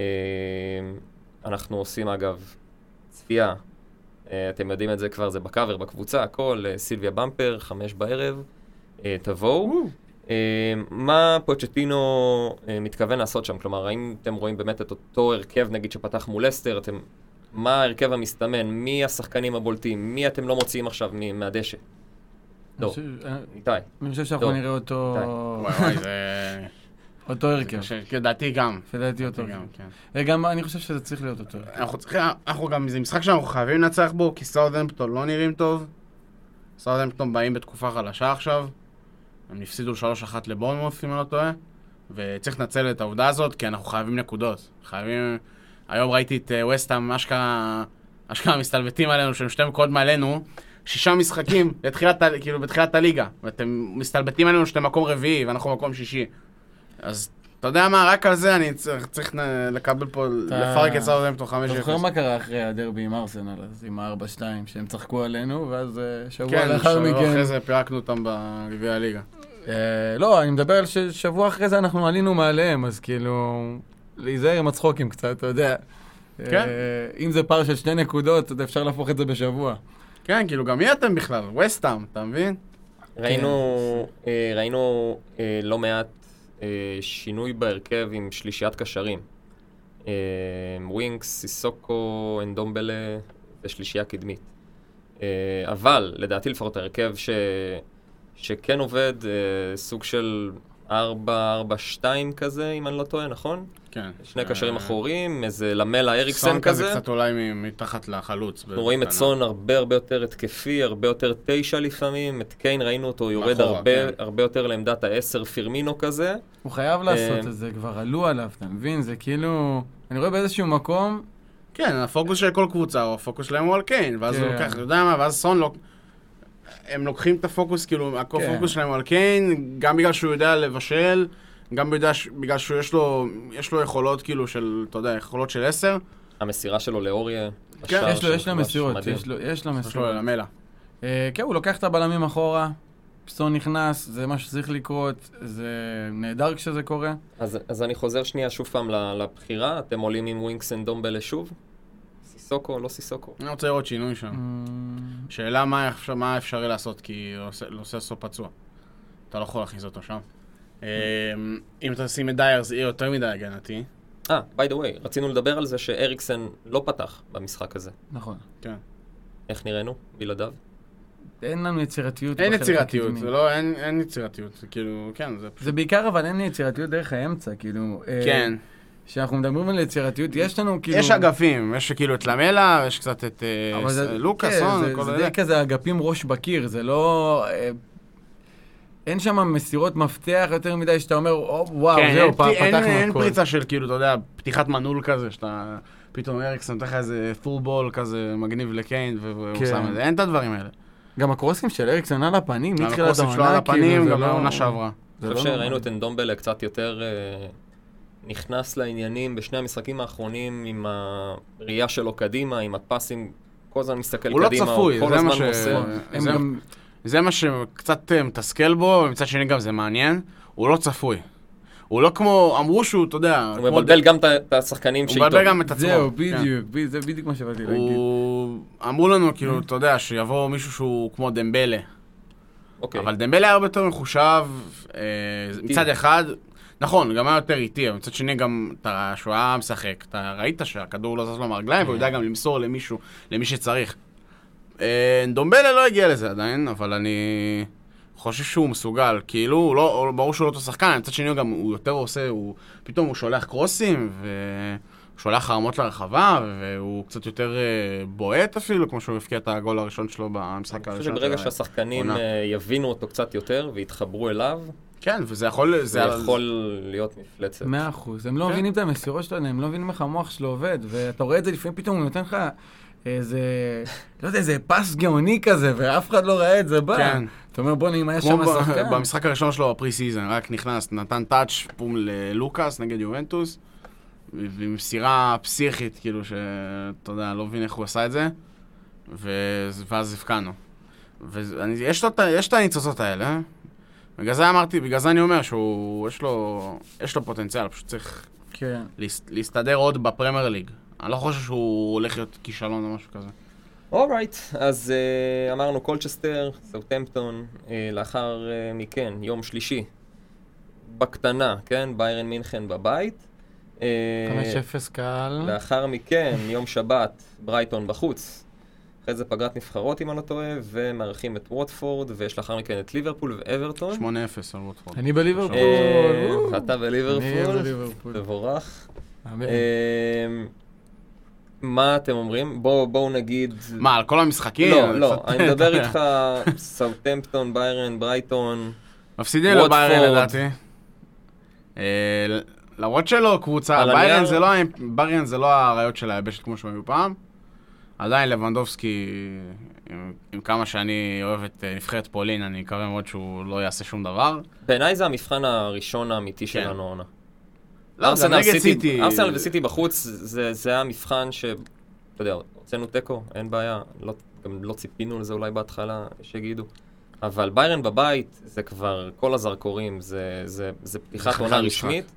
אנחנו עושים אגב צפייה. Uh, אתם יודעים את זה כבר, זה בקאבר, בקבוצה, הכל, uh, סילביה במפר, חמש בערב, uh, תבואו. Uh, מה פוצ'טינו uh, מתכוון לעשות שם? כלומר, האם אתם רואים באמת את אותו הרכב, נגיד, שפתח מול אסטר? אתם, מה ההרכב המסתמן? מי השחקנים הבולטים? מי אתם לא מוציאים עכשיו מ- מהדשא? לא, איתי. אני חושב שאנחנו לא. נראה אותו... וואי וואי, זה... אותו הרכב. לדעתי גם. לדעתי אותו גם, הרכב. כן. וגם אני חושב שזה צריך להיות אותו הרכב. אנחנו צריכים, אנחנו גם, זה משחק שאנחנו חייבים לנצח בו, כי סאות'המפטון לא נראים טוב. סאות'המפטון באים בתקופה חלשה עכשיו. הם נפסידו שלוש אחת לבורנמות' אם אני לא טועה. וצריך לנצל את העובדה הזאת, כי אנחנו חייבים נקודות. חייבים... היום ראיתי את ווסטהאם, אשכרה, אשכרה מסתלבטים עלינו, שהם שתי מקודות מעלינו. שישה משחקים, לתחילת, כאילו בתחילת הליגה. ואתם מסתלבטים עלינו שאתם מקום רביעי, ואנחנו מקום שישי. אז אתה יודע מה, רק על זה אני צריך, צריך לקבל פה, לפרק את סאות'המפטון חמש אפס. אתה זוכר מה קרה אחרי הדרבי עם ארסנל, אז עם ה-ארבע שתיים, שהם צחקו עלינו, ואז שבוע כן, לאחר שבוע מכן... אחרי זה פירקנו אותם בגביע הליגה. לא, אני מדבר על שבוע אחרי זה אנחנו עלינו מעליהם, אז כאילו... להיזהר עם הצחוקים קצת, אתה יודע. כן. אם זה פער של שתי נקודות, אפשר להפוך את זה בשבוע. כן, כאילו גם מי אתם בכלל? ווסטהאם, אתה מבין? ראינו, אה, ראינו אה, לא מעט אה, שינוי בהרכב עם שלישיית קשרים. אה, ווינקס, סיסוקו, אנדומבלה ושלישייה קדמית. אה, אבל, לדעתי לפחות הרכב ש, שכן עובד, אה, סוג של ארבע ארבע שתיים כזה, אם אני לא טועה, נכון? כן. שני קשרים אחוריים, איזה למלה אריקסן סון כזה. כזה קצת אולי מתחת לחלוץ. אנחנו רואים את סון הרבה הרבה יותר התקפי, הרבה יותר תשע לפעמים, את קיין ראינו אותו יורד מאחורה, הרבה, כן. הרבה יותר לעמדת העשר פירמינו כזה. הוא חייב לעשות אה, את זה, כבר עלו עליו, אתה מבין? זה כאילו... אני רואה באיזשהו מקום... כן, הפוקוס של כל קבוצה, או הפוקוס שלהם הוא על קיין, ואז כן. הוא לוקח, אתה יודע מה, ואז סון לא... הם לוקחים את הפוקוס, כאילו, הכל כן. פוקוס שלהם הוא על קיין, גם בגלל שהוא יודע לבשל, גם בגלל, בגלל שיש לו, יש לו יכולות, כאילו, של, אתה יודע, יכולות של עשר. המסירה שלו לאוריה. כן, בשער יש לו, שהוא יש לו כבש, מסירות, מדהים. יש לו, יש לו יש לו מסירות. למלה. אה, כן, הוא לוקח את הבלמים אחורה, סון נכנס, זה מה שצריך לקרות, זה נהדר כשזה קורה. אז, אז אני חוזר שנייה שוב פעם לבחירה, אתם עולים עם ווינקס אנדומבלה שוב? סיסוקו, לא סיסוקו. אני רוצה לראות שינוי שם. Mm, שאלה מה אפשר- מה אפשרי לעשות, כי הוא עושה- הוא עושה סוף פצוע. אתה לא יכול להכניס אותו שם. אה, אם אתה תשים את דייר, זה יהיה יותר מדי הגנתי. אה, by the way, רצינו לדבר על זה שאריקסן לא פתח במשחק הזה. נכון. כן. איך נראינו? בלעדיו? אין לנו יצירתיות. אין בחלק יצירתיות, הקדמי. זה לא, אין אין יצירתיות, זה כאילו, כן, זה פשוט... זה בעיקר, אבל אין יצירתיות דרך האמצע, כאילו... אה, כן. כשאנחנו מדברים על יצירתיות, יש לנו כאילו... יש אגפים, יש כאילו את למלה, יש קצת את אה, אבל ס- זה- לוקאס, כן, סון, זה- כל זה זה. די כזה אגפים ראש בקיר, זה לא... אה, אין שם מסירות מפתח יותר מדי שאתה אומר, "או, וואו, כן, זהו, אין- פ- אין- פתחנו אין הכל." פריצה של כאילו, אתה יודע, פתיחת מנעול כזה, שאתה פתאום אריקסון נותן לך איזה פול בול כזה מגניב לקיין, והוא כן. שם את זה, אין את הדברים האלה. גם הקרוסים של אריקסון על הפנים, מתחילת הקרוסים שלו על העונה, הפנים, כאילו, זה גם לא... לעונה שעברה. זה אני לא חושב שראינו נורמלי. את אנדומבלה קצת יותר אה, נכנס לעניינים בשני המשחקים האחרונים עם הראייה שלו קדימה, עם הפסים, כל הזמן מסתכל הוא לא קדימה, צפוי, כל זה מה הזמן ש- מוסר. הם זה- גם... זה מה שקצת אה, מתסכל בו, ומצד שני גם זה מעניין, הוא לא צפוי. הוא לא כמו, אמרו שהוא, אתה יודע, הוא כמו מבלבל ד- גם את ה- את השחקנים הוא שאיתו. מבלבל גם את עצמו. זהו, כן. בדיוק, ב- זה בדיוק מה שבאתי להגיד. הוא... אמרו לנו, כאילו, אתה יודע, שיבוא מישהו שהוא כמו דמבלה. אוקיי. אבל דמבלה היה הרבה יותר מחושב, אה, מצד אחד, נכון, גם היה יותר איטי, אבל מצד שני גם, אתה, שהוא היה משחק, אתה ראית שהכדור לא זז לו מהרגליים, והוא יודע גם למסור למישהו, למי שצריך. אה, דומבלה לא הגיע לזה עדיין, אבל אני חושב שהוא מסוגל, כאילו, הוא לא, ברור שהוא לא אותו שחקן, מצד שני גם הוא יותר עושה, הוא, פתאום הוא שולח קרוסים, והוא שולח חרמות לרחבה, והוא קצת יותר אה, בועט אפילו, כמו שהוא הפקיע את הגול הראשון שלו במשחק אני חושב הראשון. שברגע של שהשחקנים העונה. אה, יבינו אותו קצת יותר ויתחברו אליו, כן, וזה יכול... זה יכול להיות מפלצת. מאה אחוז. הם לא כן. מבינים את המסירות שלנו, הם לא מבינים איך המוח שלו עובד, ואתה רואה את זה לפעמים, פתאום הוא נותן לך איזה, לא יודע, איזה פס גאוני כזה, ואף אחד לא ראה את זה בא. כן. אתה אומר, בוא נעים, היה כמו שם שחקן. במשחק הראשון שלו, הפרי סיזן, רק נכנס, נתן טאץ' פום ללוקאס נגד יובנטוס, ועם מסירה פסיכית, כאילו, שאתה יודע, לא מבין איך הוא עשה את זה, ואז הפקענו. ויש את הניצוצות האלה, אה? בגלל זה אמרתי, בגלל זה אני אומר שהוא, יש לו, יש לו פוטנציאל, פשוט צריך כן. להסתדר עוד בפרמייר ליג. אני לא חושב שהוא הולך להיות כישלון או משהו כזה. אורייט, אז uh, אמרנו קולצ'סטר, סאות'המפטון, uh, לאחר uh, מכן, יום שלישי, בקטנה, כן? ביירן מינכן בבית. Uh, חמש אפס קהל. לאחר מכן, יום שבת, ברייטון בחוץ. אחרי זה פגרת נבחרות, אם אני לא טועה, ומארחים את ווטפורד, ויש לאחר מכן את ליברפול ואברטון. שמונה אפס על ווטפורד. אני בליברפול. אתה בליברפול. אני בליברפול. תבורך. אמן. מה אתם אומרים? בואו נגיד... מה, על כל המשחקים? לא, לא, אני מדבר איתך סאות'המפטון, ביירן, ברייטון, מפסידים לביירן לדעתי. למרות שלא קבוצה, ביירן זה לא הרעיות של היבשת כמו שהיו פעם. עדיין לבנדובסקי, עם כמה שאני אוהב את נבחרת פולין, אני מקווה מאוד שהוא לא יעשה שום דבר. בעיניי זה המבחן הראשון האמיתי שלנו העונה. לא, גם נגד סיטי. ארסנל וסיטי בחוץ, זה המבחן ש... אתה יודע, הוצאנו טקו, אין בעיה. גם לא ציפינו לזה אולי בהתחלה, שיגידו. אבל ביירן בבית, זה כבר כל הזרקורים, זה פתיחת עונה רשמית.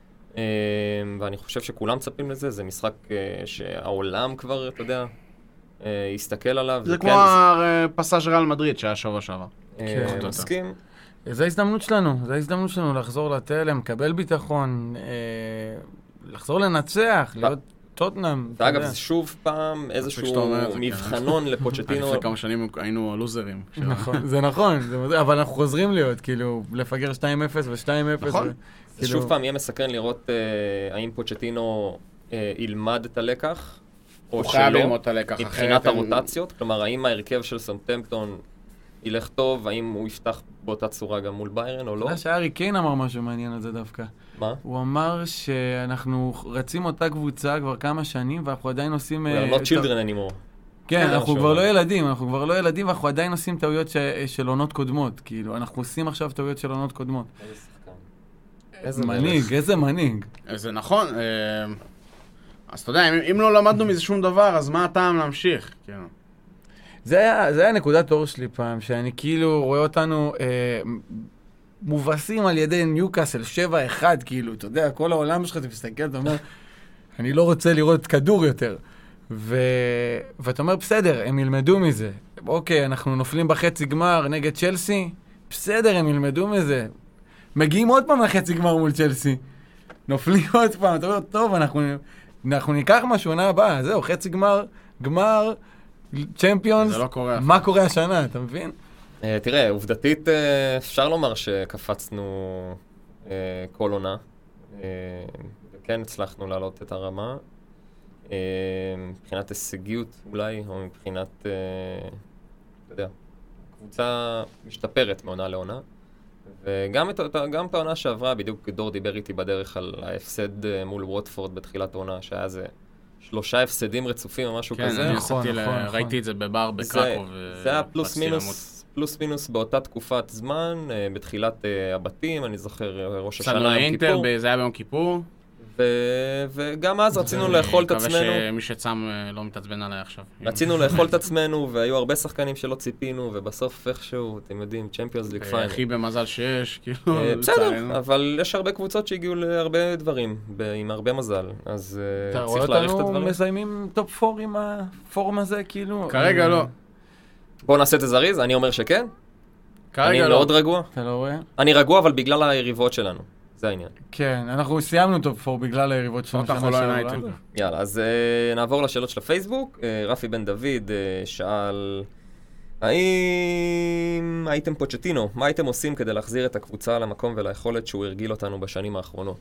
ואני חושב שכולם צפים לזה, זה משחק שהעולם כבר, אתה יודע, יסתכל עליו. זה כמו הפסאז' ריאל מדריד שהיה שבוע שעבר. מסכים. זו ההזדמנות שלנו, זו ההזדמנות שלנו לחזור לתלם, לקבל ביטחון, לחזור לנצח, להיות טוטנאם. ואגב, זה שוב פעם איזשהו מבחנון לפוצ'טינו. לפני כמה שנים היינו הלוזרים. נכון, זה נכון, אבל אנחנו חוזרים להיות, כאילו, לפגר שתיים אפס ו-שתיים אפס. נכון. זה שוב פעם יהיה מסקרן לראות האם פוצ'טינו ילמד את הלקח, או שלא, מבחינת הרוטציות. כלומר, האם ההרכב של סאות'המפטון ילך טוב, האם הוא יפתח באותה צורה גם מול ביירן או לא? אתה יודע שהארי קיין אמר משהו מעניין על זה דווקא. מה? הוא אמר שאנחנו רצים אותה קבוצה כבר כמה שנים, ואנחנו עדיין עושים... We are not children anymore. כן, אנחנו כבר לא ילדים, אנחנו כבר לא ילדים, ואנחנו עדיין עושים טעויות של עונות קודמות. כאילו, אנחנו עושים עכשיו טעויות של עונות קודמות. איזה שחקן. איזה מנהיג, איזה מנהיג. זה נכון. אז אתה יודע, אם לא למדנו מזה שום דבר, אז מה הטעם להמשיך? כן. זה היה, זה היה נקודת אור שלי פעם, שאני כאילו רואה אותנו אה, מובסים על ידי ניוקאסל שבע אחד, כאילו, אתה יודע, כל העולם שלך, אתה מסתכל, אתה אומר, אני לא רוצה לראות כדור יותר. ו... ואתה אומר, בסדר, הם ילמדו מזה. אוקיי, אנחנו נופלים בחצי גמר נגד צ'לסי, בסדר, הם ילמדו מזה. מגיעים עוד פעם לחצי גמר מול צ'לסי. נופלים עוד פעם, אתה אומר, טוב, אנחנו, אנחנו ניקח משהו עונה הבאה, זהו, חצי גמר, גמר, צ'מפיונס, זה לא קורה. מה קורה השנה, אתה מבין? תראה, עובדתית אפשר לומר שקפצנו כל עונה, וכן הצלחנו להעלות את הרמה, מבחינת הישגיות אולי, או מבחינת, אתה יודע, קבוצה משתפרת מעונה לעונה, וגם את, גם את העונה שעברה, בדיוק דור דיבר איתי בדרך על ההפסד מול ווטפורד בתחילת העונה, שהיה זה שלושה הפסדים רצופים או משהו כן, כזה. אני נכון, נכון, נכון, ראיתי נכון. את זה בבר בקרקוב. זה היה פלוס מינוס, פלוס מינוס באותה תקופת זמן, בתחילת הבתים, אני זוכר ראש השנה יום כיפור. זה היה ביום כיפור. ו- וגם אז רצינו לאכול את עצמנו. אני מקווה שמי שצם לא מתעצבן עליי עכשיו. רצינו לאכול את עצמנו, והיו הרבה שחקנים שלא ציפינו, ובסוף איכשהו, אתם יודעים, צ'מפיונס ליג פיינל. הכי במזל שיש, כאילו, בסדר, אבל יש הרבה קבוצות שהגיעו להרבה דברים, עם הרבה מזל, אז צריך להעריך את אתה רואה הדברים. אותנו מסיימים טופ פור עם הפורום הזה, כאילו? כרגע לא. בואו נעשה את זה זריז, אני אומר שכן. אני כרגע לא. מאוד רגוע. אתה לא רואה? אני רגוע, אבל בגלל היריבות שלנו. זה העניין. כן, אנחנו סיימנו טופ פור בגלל היריבות שלנו. אנחנו לא יונייטד. יאללה, אז uh, נעבור לשאלות של הפייסבוק. Uh, רפי בן דוד uh, שאל, האם הייתם פוצ'טינו, מה הייתם עושים כדי להחזיר את הקבוצה למקום וליכולת שהוא הרגיל אותנו בשנים האחרונות?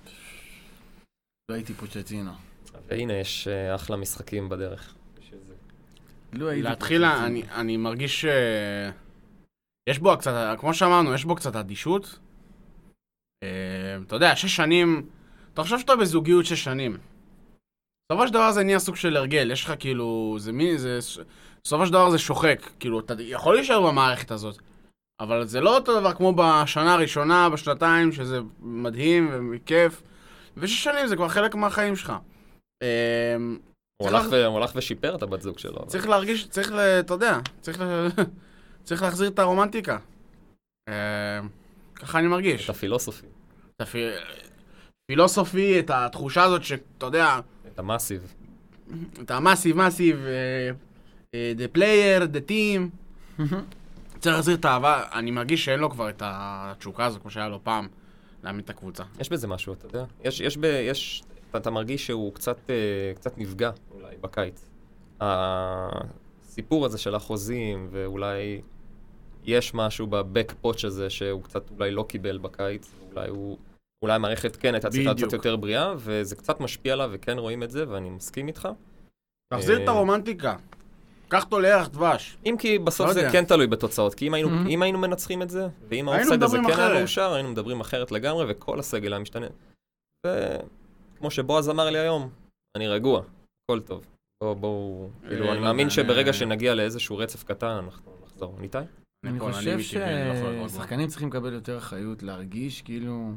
לא הייתי פוצ'טינו. והנה, יש uh, אחלה משחקים בדרך. לא הייתי להתחיל, אני, אני מרגיש ש... יש בו קצת, כמו שאמרנו, יש בו קצת אדישות. אתה יודע, שש שנים, אתה חושב שאתה בזוגיות שש שנים. בסופו של דבר זה נהיה סוג של הרגל, יש לך כאילו, זה מי, זה, בסופו של דבר זה שוחק, כאילו, אתה יכול להישאר במערכת הזאת, אבל זה לא אותו דבר כמו בשנה הראשונה, בשנתיים, שזה מדהים וכיף, ושש שנים זה כבר חלק מהחיים שלך. הוא הלך ושיפר את הבת זוג שלו. צריך להרגיש, צריך, אתה יודע, צריך להחזיר את הרומנטיקה. ככה אני מרגיש. את הפילוסופי. את הפילוסופי, את התחושה הזאת שאתה יודע... את המאסיב. את המאסיב, מאסיב, the player, the team. צריך להחזיר את האהבה, אני מרגיש שאין לו כבר את התשוקה הזאת כמו שהיה לו פעם, להעמיד את הקבוצה. יש בזה משהו, אתה יודע. יש, יש ב... יש... אתה מרגיש שהוא קצת, קצת נפגע, אולי, בקיץ. הסיפור הזה של החוזים, ואולי יש משהו בבק-פוץ' הזה שהוא קצת אולי לא קיבל בקיץ, אולי הוא... אולי המערכת כן הייתה צריכה קצת יותר בריאה, וזה קצת משפיע עליו, וכן רואים את זה, ואני מסכים איתך. תחזיר את הרומנטיקה. קח אותו לירח דבש. אם כי בסוף זה כן תלוי בתוצאות, כי אם היינו מנצחים את זה, ואם האופסייד הזה כן היה מאושר, היינו מדברים אחרת לגמרי, וכל הסגל היה משתנה. וכמו שבועז אמר לי היום, אני רגוע, הכל טוב. בואו, בואו, כאילו, אני מאמין שברגע שנגיע לאיזשהו רצף קטן, אנחנו נחזור. ניתי? אני חושב ששחקנים צריכים לקבל יותר אחריות, להרגיש כאילו...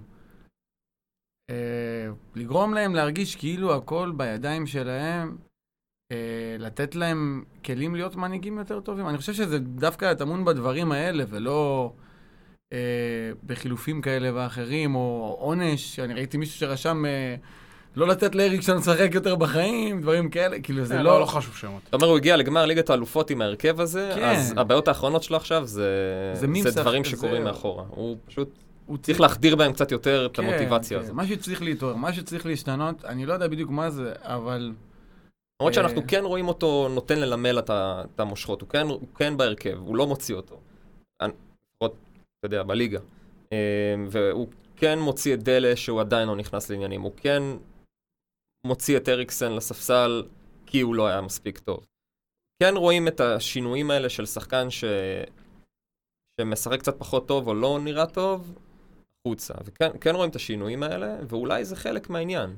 לגרום להם להרגיש כאילו הכל בידיים שלהם, לתת להם כלים להיות מנהיגים יותר טובים. אני חושב שזה דווקא טמון בדברים האלה, ולא בחילופים כאלה ואחרים, או עונש. אני ראיתי מישהו שרשם לא לתת לאריקסון לשחק יותר בחיים, דברים כאלה, כאילו זה לא... לא חשוב שמות. זאת אומרת, הוא הגיע לגמר ליגת האלופות עם ההרכב הזה, אז הבעיות האחרונות שלו עכשיו זה דברים שקורים מאחורה. הוא פשוט... הוא צריך להחדיר בהם קצת יותר את המוטיבציה הזאת. מה שצריך להתעורר, מה שצריך להשתנות, אני לא יודע בדיוק מה זה, אבל... למרות שאנחנו כן רואים אותו נותן ללמל את המושכות, הוא כן בהרכב, הוא לא מוציא אותו. לפחות, אתה יודע, בליגה. והוא כן מוציא את דלה שהוא עדיין לא נכנס לעניינים, הוא כן מוציא את אריקסן לספסל כי הוא לא היה מספיק טוב. כן רואים את השינויים האלה של שחקן ש... שמשחק קצת פחות טוב או לא נראה טוב, חוצה. וכן כן רואים את השינויים האלה, ואולי זה חלק מהעניין.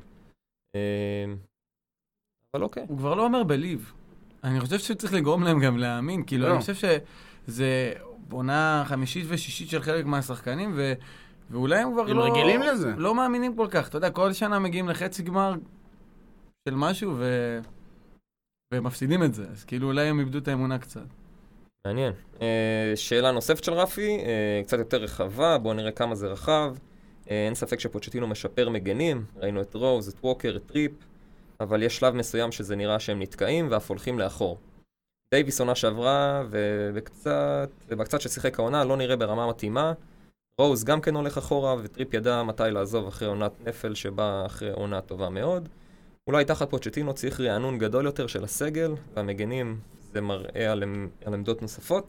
אבל אוקיי. הוא כבר לא אומר בליב. אני חושב שצריך לגרום להם גם להאמין, כאילו, אני חושב שזה עונה חמישית ושישית של חלק מהשחקנים, ו... ואולי הם כבר לא... הם רגילים לזה. לא מאמינים כל כך. אתה יודע, כל שנה מגיעים לחצי גמר של משהו, ו... ומפסידים את זה. אז כאילו אולי הם איבדו את האמונה קצת. מעניין. שאלה נוספת של רפי, קצת יותר רחבה, בואו נראה כמה זה רחב. אין ספק שפוצ'טינו משפר מגנים, ראינו את רוז, את ווקר, את טריפ, אבל יש שלב מסוים שזה נראה שהם נתקעים ואף הולכים לאחור. דייביס עונה שעברה, ובקצת, ובקצת ששיחק העונה לא נראה ברמה מתאימה. רוז גם כן הולך אחורה, וטריפ ידע מתי לעזוב אחרי עונת נפל שבאה אחרי עונה טובה מאוד. אולי תחת פוצ'טינו צריך רענון גדול יותר של הסגל, והמגנים זה מראה על, על עמדות נוספות.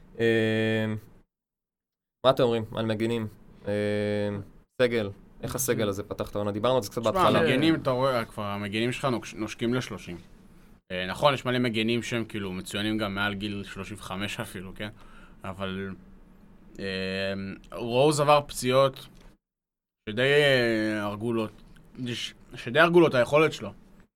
מה אתם אומרים על מגנים? סגל, איך הסגל הזה פתח את העונה? דיברנו על זה קצת בהתחלה. המגנים, אתה רואה, כבר המגנים שלך נושקים ל-שלושים. נכון, יש מלא מגנים שהם כאילו מצוינים גם מעל גיל שלושים וחמש אפילו, כן? אבל רוז עבר פציעות שדי הרגו לו, שדי הרגו לו את היכולת שלו.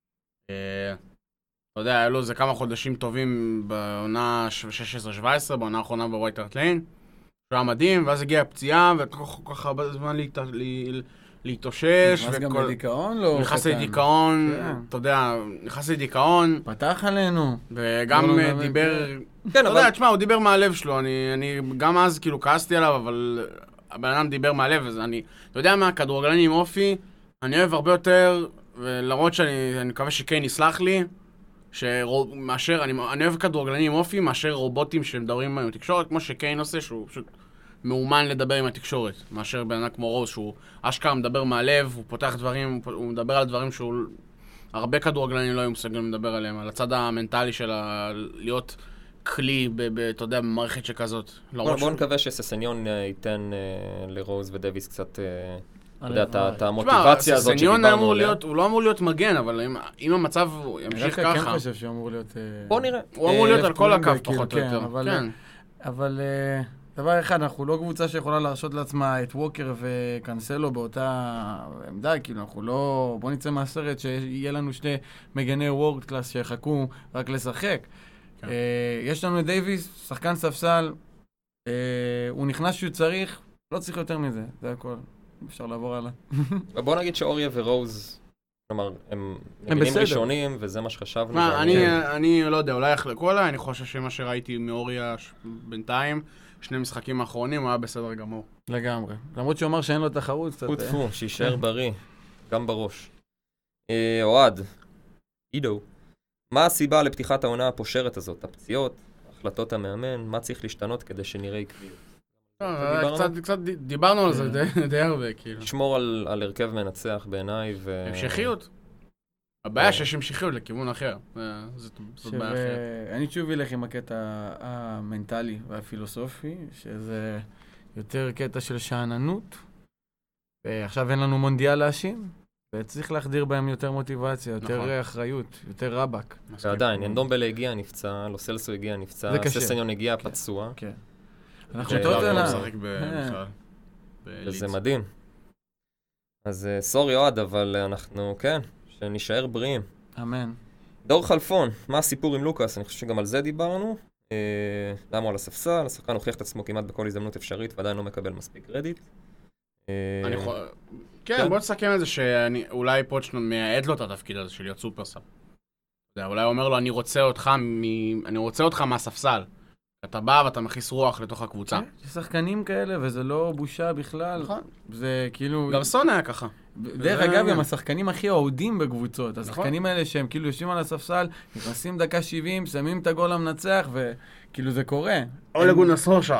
אתה יודע, היה לו איזה כמה חודשים טובים בעונה שש עשרה שבע עשרה, בעונה האחרונה בווייט הארט ליין. שהוא היה מדהים, ואז הגיעה הפציעה, וכל כך הרבה זמן להתאושש. נכנס גם לדיכאון, לא? נכנס לדיכאון, אתה יודע, נכנס לדיכאון. פתח עלינו. וגם דיבר... אתה יודע, תשמע, הוא דיבר מהלב שלו, אני גם אז כאילו כעסתי עליו, אבל הבן אדם דיבר מהלב, אז אני... אתה יודע מה, כדורגלני עם אופי, אני אוהב הרבה יותר, ולמרות שאני מקווה שקיין יסלח לי, מאשר, אני, אני אוהב כדורגלנים עם אופי, מאשר רובוטים שמדברים עם התקשורת, כמו שקיין עושה, שהוא פשוט מאומן לדבר עם התקשורת, מאשר בן אדם כמו רוז, שהוא אשכרה מדבר מהלב, הוא פותח דברים, הוא מדבר על דברים שהוא... הרבה כדורגלנים לא היו מסוגלים לדבר עליהם, על הצד המנטלי של ה... להיות כלי, ב, ב, אתה יודע, במערכת שכזאת. בוא, בוא נקווה שססניון ייתן uh, לרוז ודוויס קצת... Uh... אתה יודע, את המוטיבציה הזאת שדיברנו עליה. הוא לא אמור להיות מגן, אבל אם המצב ימשיך ככה... אני כן חושב שהוא אמור להיות... בוא נראה. הוא אמור להיות על כל הקו פחות או יותר. אבל דבר אחד, אנחנו לא קבוצה שיכולה להרשות לעצמה את ווקר וקנסלו באותה עמדה, כאילו אנחנו לא... בוא נצא מהסרט שיהיה לנו שני מגני וורד קלאס שיחכו רק לשחק. כן. אה, יש לנו את דייביס, שחקן ספסל, אה, הוא נכנס שהוא צריך, לא צריך יותר מזה, זה הכל. אפשר לעבור הלאה. בוא נגיד שאוריה ורוז, כלומר, הם מבינים ראשונים, וזה מה שחשבנו. מה, אני, אני לא יודע, אולי יחלקו עליי, אני חושב שמה שראיתי מאוריה בינתיים, שני משחקים האחרונים, הוא היה בסדר גמור. לגמרי. למרות שהוא אמר שאין לו תחרות, קצת... הוא תפו, שישאר בריא, גם בראש. אוהד, עידו, מה הסיבה לפתיחת העונה הפושרת הזאת? הפציעות, החלטות המאמן, מה צריך להשתנות כדי שנראה עקביות? קצת דיברנו על זה די הרבה, כאילו. לשמור על הרכב מנצח בעיניי ו... המשכיות. הבעיה שיש המשכיות לכיוון אחר. זאת בעיה אחרת. אני שוב אלך עם הקטע המנטלי והפילוסופי, שזה יותר קטע של שעננות, ועכשיו אין לנו מונדיאל להאשים, וצריך להחדיר בהם יותר מוטיבציה, יותר אחריות, יותר רבק. ועדיין, אנדומבלה הגיע נפצע, לוסלסו הגיע נפצע, ססניון הגיע פצוע. כן. אנחנו טוב זה לה. וזה מדהים. אז סורי אוהד, אבל אנחנו, כן, שנשאר בריאים. אמן. דור חלפון, מה הסיפור עם לוקאס? אני חושב שגם על זה דיברנו. למה הוא על הספסל? השחקן הוכיח את עצמו כמעט בכל הזדמנות אפשרית, ועדיין לא מקבל מספיק קרדיט. כן, בוא נסכם את זה שאולי פוצ'נו מייעד לו את התפקיד הזה של להיות סופרסאב. אולי הוא אומר לו, אני רוצה אותך אני רוצה אותך מהספסל. אתה בא ואתה מכניס רוח לתוך הקבוצה. יש שחקנים כאלה, וזה לא בושה בכלל. נכון. זה כאילו... גרסון היה ככה. דרך אגב, הם השחקנים הכי אוהדים בקבוצות. השחקנים האלה שהם כאילו יושבים על הספסל, נכנסים דקה שבעים, שמים את הגול המנצח, וכאילו זה קורה. אולה גונר סולשר.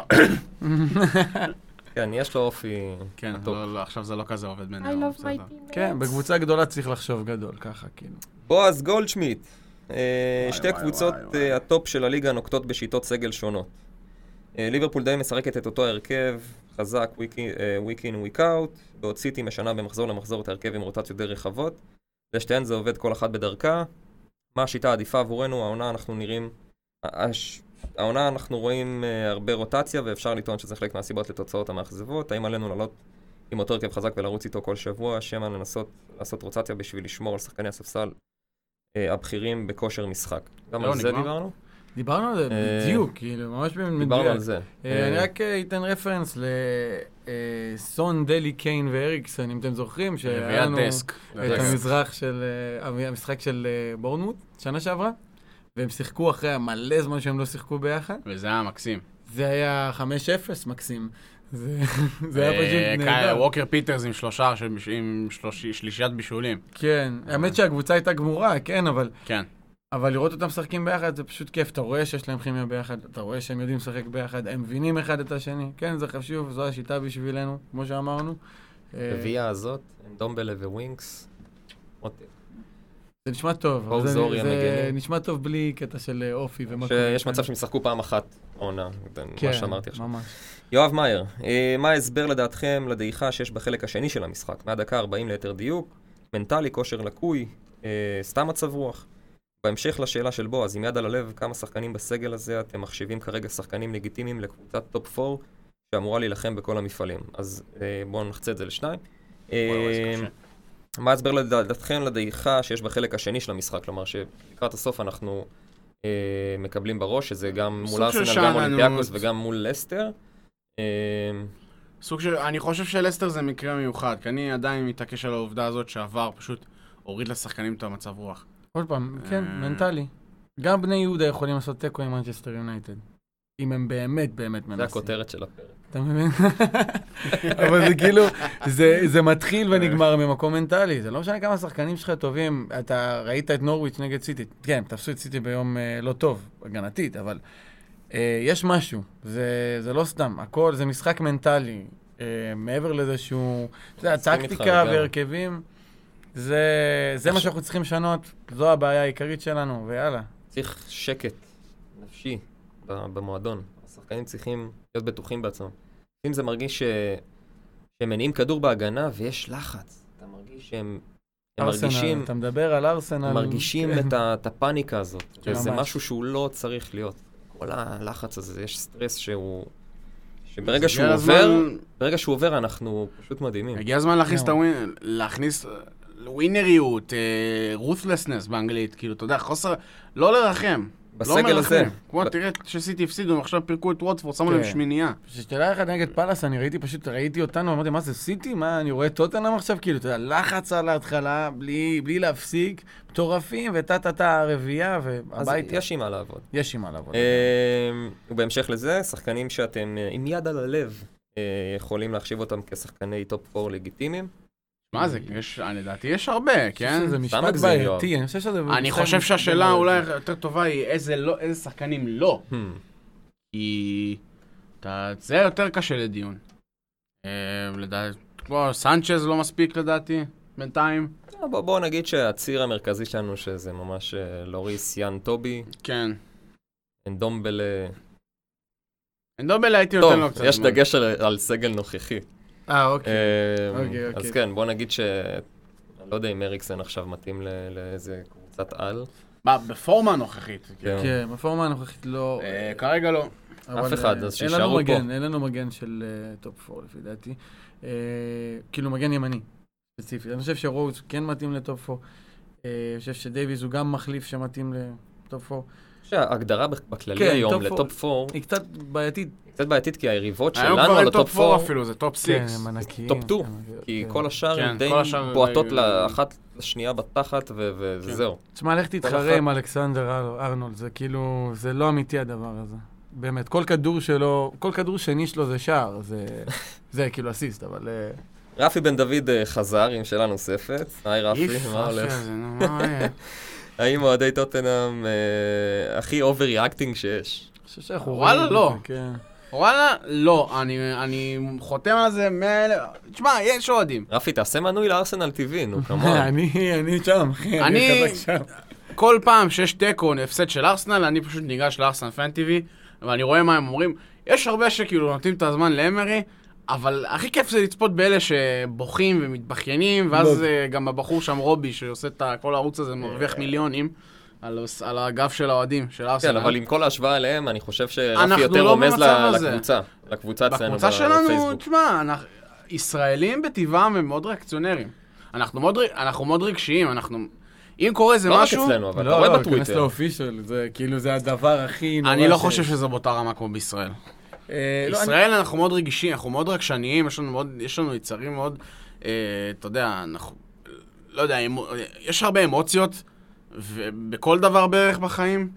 כן, יש לו אופי... כן, עכשיו זה לא כזה עובד בינינו. I love my teammates. כן, בקבוצה גדולה צריך לחשוב גדול, ככה כאילו. בועז גולדשמיט. שתי קבוצות הטופ של הליגה נוקטות בשיטות סגל שונות. ליברפול די משחקת את אותו הרכב, חזק week in week out, בעוד סיטי משנה במחזור למחזור את הרכב עם רוטציות די רחבות, לשתיהן זה עובד כל אחת בדרכה. מה השיטה העדיפה עבורנו? העונה אנחנו נראים, העונה אנחנו רואים הרבה רוטציה, ואפשר לטעון שזה חלק מהסיבות לתוצאות המאכזבות. האם עלינו לעלות עם אותו הרכב חזק ולרוץ איתו כל שבוע, שמה לנסות לעשות רוטציה בשביל לשמור על שחקני הספסל הבכירים בכושר משחק. גם על זה דיברנו? דיברנו על זה בדיוק, כאילו, ממש במדויק. דיברנו על זה. אני רק אתן רפרנס לסון, דלי, קיין ואריקסון, אם אתם זוכרים, שהיה לנו את המשחק של בורנמוט, שנה שעברה, והם שיחקו אחרי מלא זמן שהם לא שיחקו ביחד. וזה היה מקסים. זה היה חמש אפס מקסים. זה היה פשוט נהדר. ווקר פיטרס עם שלושה, עם שלישיית בישולים. כן, האמת שהקבוצה הייתה גמורה, כן, אבל... כן. אבל לראות אותם משחקים ביחד זה פשוט כיף. אתה רואה שיש להם כימיה ביחד, אתה רואה שהם יודעים לשחק ביחד, הם מבינים אחד את השני. כן, זה חשוב, זו השיטה בשבילנו, כמו שאמרנו. הביאה הזאת, דומבלה וווינקס. זה נשמע טוב. זה נשמע טוב בלי קטע של אופי ומקום. שיש מצב שהם ישחקו פעם אחת עונה, מה שאמרתי עכשיו. יואב מאייר, מה ההסבר לדעתכם לדעיכה שיש בחלק השני של המשחק? מהדקה ארבעים ליתר דיוק, מנטלי, כושר לקוי, סתם מצב רוח. בהמשך לשאלה של בועז, עם יד על הלב, כמה שחקנים בסגל הזה אתם מחשיבים כרגע שחקנים לגיטימיים לקבוצת טופ ארבע שאמורה להילחם בכל המפעלים? אז בואו נחצה את זה לשניים. מה ההסבר לדעתכם לדעיכה שיש בחלק השני של המשחק? כלומר שלקראת הסוף אנחנו מקבלים בראש, שזה גם מול ארסנל, גם אולימפיאקוס וגם מול לסטר. סוג של, אני חושב שלסטר זה מקרה מיוחד, כי אני עדיין מתעקש על העובדה הזאת שעבר פשוט הוריד לשחקנים את המצב רוח. עוד פעם, כן, מנטלי. גם בני יהודה יכולים לעשות טקו עם מנצ'סטר יונייטד. אם הם באמת באמת מנסים. זה הכותרת של הפרק. אתה מבין? אבל זה כאילו, זה מתחיל ונגמר ממקום מנטלי. זה לא משנה כמה שחקנים שלך טובים. אתה ראית את נורוויץ' נגד סיטי. כן, תפסו את סיטי ביום לא טוב, הגנתית, אבל יש משהו. זה לא סתם. הכל, זה משחק מנטלי. מעבר לזה שהוא, זה הטקטיקה והרכבים. זה, זה מה שאנחנו צריכים לשנות, זו הבעיה העיקרית שלנו, ויאללה. צריך שקט נפשי במועדון. השחקנים צריכים להיות בטוחים בעצמם. אם זה מרגיש ש... שהם מניעים כדור בהגנה ויש לחץ, אתה מרגיש שהם ארסנל, מרגישים... אתה מדבר על ארסנל. הם מרגישים את, ה... את הפאניקה הזאת. זה משהו שהוא לא צריך להיות. כל הלחץ הזה, יש סטרס שהוא... שברגע שהוא עובר, ברגע שהוא עובר אנחנו פשוט מדהימים. הגיע הזמן להכניס את הווינ... להכניס ווינריות, רות'לסנס באנגלית, כאילו, אתה יודע, חוסר, לא לרחם. בסגל הזה. כמו, תראה שסיטי הפסידו, הם עכשיו פירקו את ווטפורד, שמו להם שמינייה. כששתדע אחד נגד פלאס, אני ראיתי פשוט, ראיתי אותנו, אמרתי, מה זה סיטי? מה, אני רואה טוטנהאם עכשיו, כאילו, אתה יודע, לחץ על ההתחלה, בלי להפסיק, מטורפים, וטה-טה-טה הרביעייה, והביתה. אז יש עם מה לעבוד. יש עם מה לעבוד. ובהמשך לזה, שחקנים שאתם עם יד על הלב, יכולים להחשיב אותם כשחקני טופ ארבע לגיטימיים. מה זה? יש, לדעתי יש הרבה, כן? זה משפט בעייתי, אני חושב שזה... אני חושב שהשאלה אולי יותר טובה היא איזה שחקנים לא. כי זה יותר קשה לדיון. לדעתי, כמו סנצ'ז לא מספיק לדעתי, בינתיים. בואו נגיד שהציר המרכזי שלנו שזה ממש לוריס יאן טובי. כן. אנדומבל... אנדומבל הייתי נותן לו קצת. טוב, יש דגש על סגל נוכחי. אה, אוקיי. אוקיי, אוקיי. אז כן, בוא נגיד ש... אני לא יודע אם אריקסן עכשיו מתאים לאיזה קבוצת על. מה, בפורמה הנוכחית? כן, בפורמה הנוכחית לא... כרגע לא. אף אחד, אז שישארו פה. אין לנו מגן של טופ ארבע לפי דעתי. כאילו מגן ימני, ספציפי. אני חושב שרוז כן מתאים לטופ ארבע. אני חושב שדייביס הוא גם מחליף שמתאים לטופ ארבע. שההגדרה בכללי היום לטופ ארבע... היא קצת בעייתית. קצת בעייתית כי היריבות שלנו על הטופ ארבע אפילו, זה טופ שש. טופ שתיים. כי כל השאר הם די בועטות לאחת לשנייה בתחת וזהו. תשמע, לך תתחרה עם אלכסנדר ארנולד, זה כאילו, זה לא אמיתי הדבר הזה. באמת, כל כדור שלו, כל כדור שני שלו זה שער, זה כאילו אסיסט, אבל... רפי בן דוד חזר עם שאלה נוספת. היי רפי, מה הולך? האם אוהדי טוטנהאם הכי אובר-ריאקטינג שיש? וואלה, לא. וואלה, לא. אני חותם על זה מ... תשמע, יש אוהדים. רפי, תעשה מנוי לארסנל טי וי, נו, כמובן. אני שם, אחי. אני כל פעם שיש טקו, הפסד של ארסנל, אני פשוט ניגש לארסנל פן טי וי, ואני רואה מה הם אומרים. יש הרבה שכאילו נותנים את הזמן לאמרי, אבל הכי כיף זה לצפות באלה שבוכים ומתבחיינים, ואז גם הבחור שם רובי, שעושה את כל הערוץ הזה, מרוויח מיליונים. על הגב של האוהדים, של ארסנל. כן, אבל עם כל ההשוואה אליהם, אני חושב שרפי יותר רומז לקבוצה. לקבוצה אצלנו בפייסבוק. בקבוצה שלנו, תשמע, ישראלים בטבעם הם מאוד ריאקציונרים. אנחנו מאוד רגשיים, אנחנו... אם קורה איזה משהו... לא רק אצלנו, אבל אתה רואה בטוויטר. כנס לאופישל, זה כאילו זה הדבר הכי... אני לא חושב שזה באותה רמה כמו בישראל. ישראל אנחנו מאוד רגישים, אנחנו מאוד רגשניים, יש לנו יצרים מאוד, אתה יודע, אנחנו... לא יודע, יש הרבה אמוציות, ובכל דבר בערך בחיים,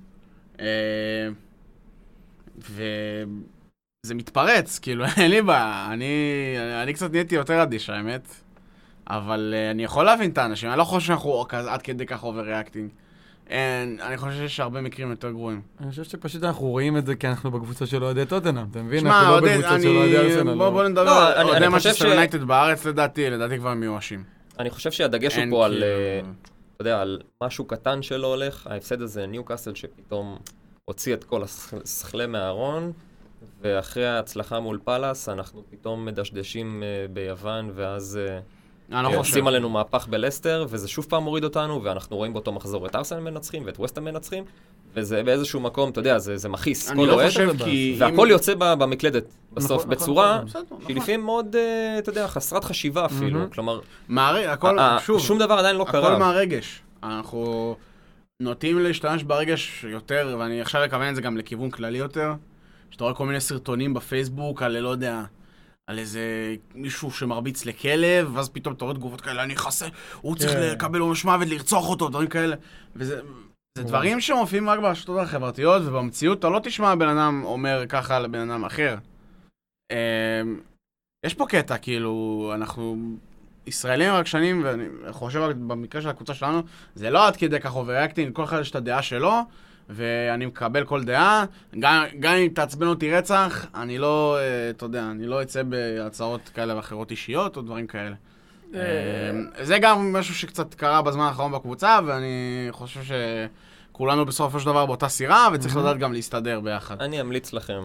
וזה מתפרץ, כאילו, אין לי בעיה, אני קצת נהייתי יותר אדיש, האמת, אבל אני יכול להבין את האנשים, אני לא חושב שאנחנו עד כדי כך אובר-ריאקטינג, אני חושב שיש הרבה מקרים יותר גרועים. אני חושב שפשוט אנחנו רואים את זה כי אנחנו בקבוצה של אוהדי טוטנהאם, אתה מבין? אנחנו לא בקבוצה של אוהדי ארסנל. בוא נדבר, אוהדי מנצ'סטר יונייטד בארץ לדעתי, לדעתי כבר מיואשים. אני חושב שהדגש הוא פה על... אתה יודע, על משהו קטן שלא הולך, ההפסד הזה, ניוקאסל שפתאום הוציא את כל השכלה מהארון, ואחרי ההצלחה מול פלאס, אנחנו פתאום מדשדשים ביוון, ואז עושים עלינו מהפך בלסטר, וזה שוב פעם מוריד אותנו, ואנחנו רואים באותו מחזור את ארסנל מנצחים, ואת ווסטהאם מנצחים, וזה באיזשהו מקום, אתה יודע, זה מכיס, כל אוהד, והכל יוצא במקלדת בסוף, בצורה שהיא לפעמים מאוד, אתה יודע, חסרת חשיבה אפילו, כלומר, שום דבר עדיין לא קרה. הכל מהרגש. אנחנו נוטים להשתמש ברגש יותר, ואני עכשיו אכוון את זה גם לכיוון כללי יותר, שאתה רואה כל מיני סרטונים בפייסבוק על, לא יודע, על איזה מישהו שמרביץ לכלב, ואז פתאום אתה רואה תגובות כאלה, אני חסה, הוא צריך לקבל עונש מוות, לרצוח אותו, דברים כאלה, וזה... זה דברים שמופיעים רק ברשתות החברתיות, ובמציאות אתה לא תשמע בן אדם אומר ככה לבן אדם אחר. יש פה קטע, כאילו, אנחנו ישראלים רק שנים, ואני חושב במקרה של הקבוצה שלנו, זה לא עד כדי כך אובר-ריאקטינג, כל אחד יש את הדעה שלו, ואני מקבל כל דעה, גם, גם אם תעצבן אותי רצח, אני לא, אתה יודע, אני לא אצא בהצעות כאלה ואחרות אישיות, או דברים כאלה. זה גם משהו שקצת קרה בזמן האחרון בקבוצה, ואני חושב שכולנו בסופו של דבר באותה סירה, וצריך לדעת גם להסתדר ביחד. אני אמליץ לכם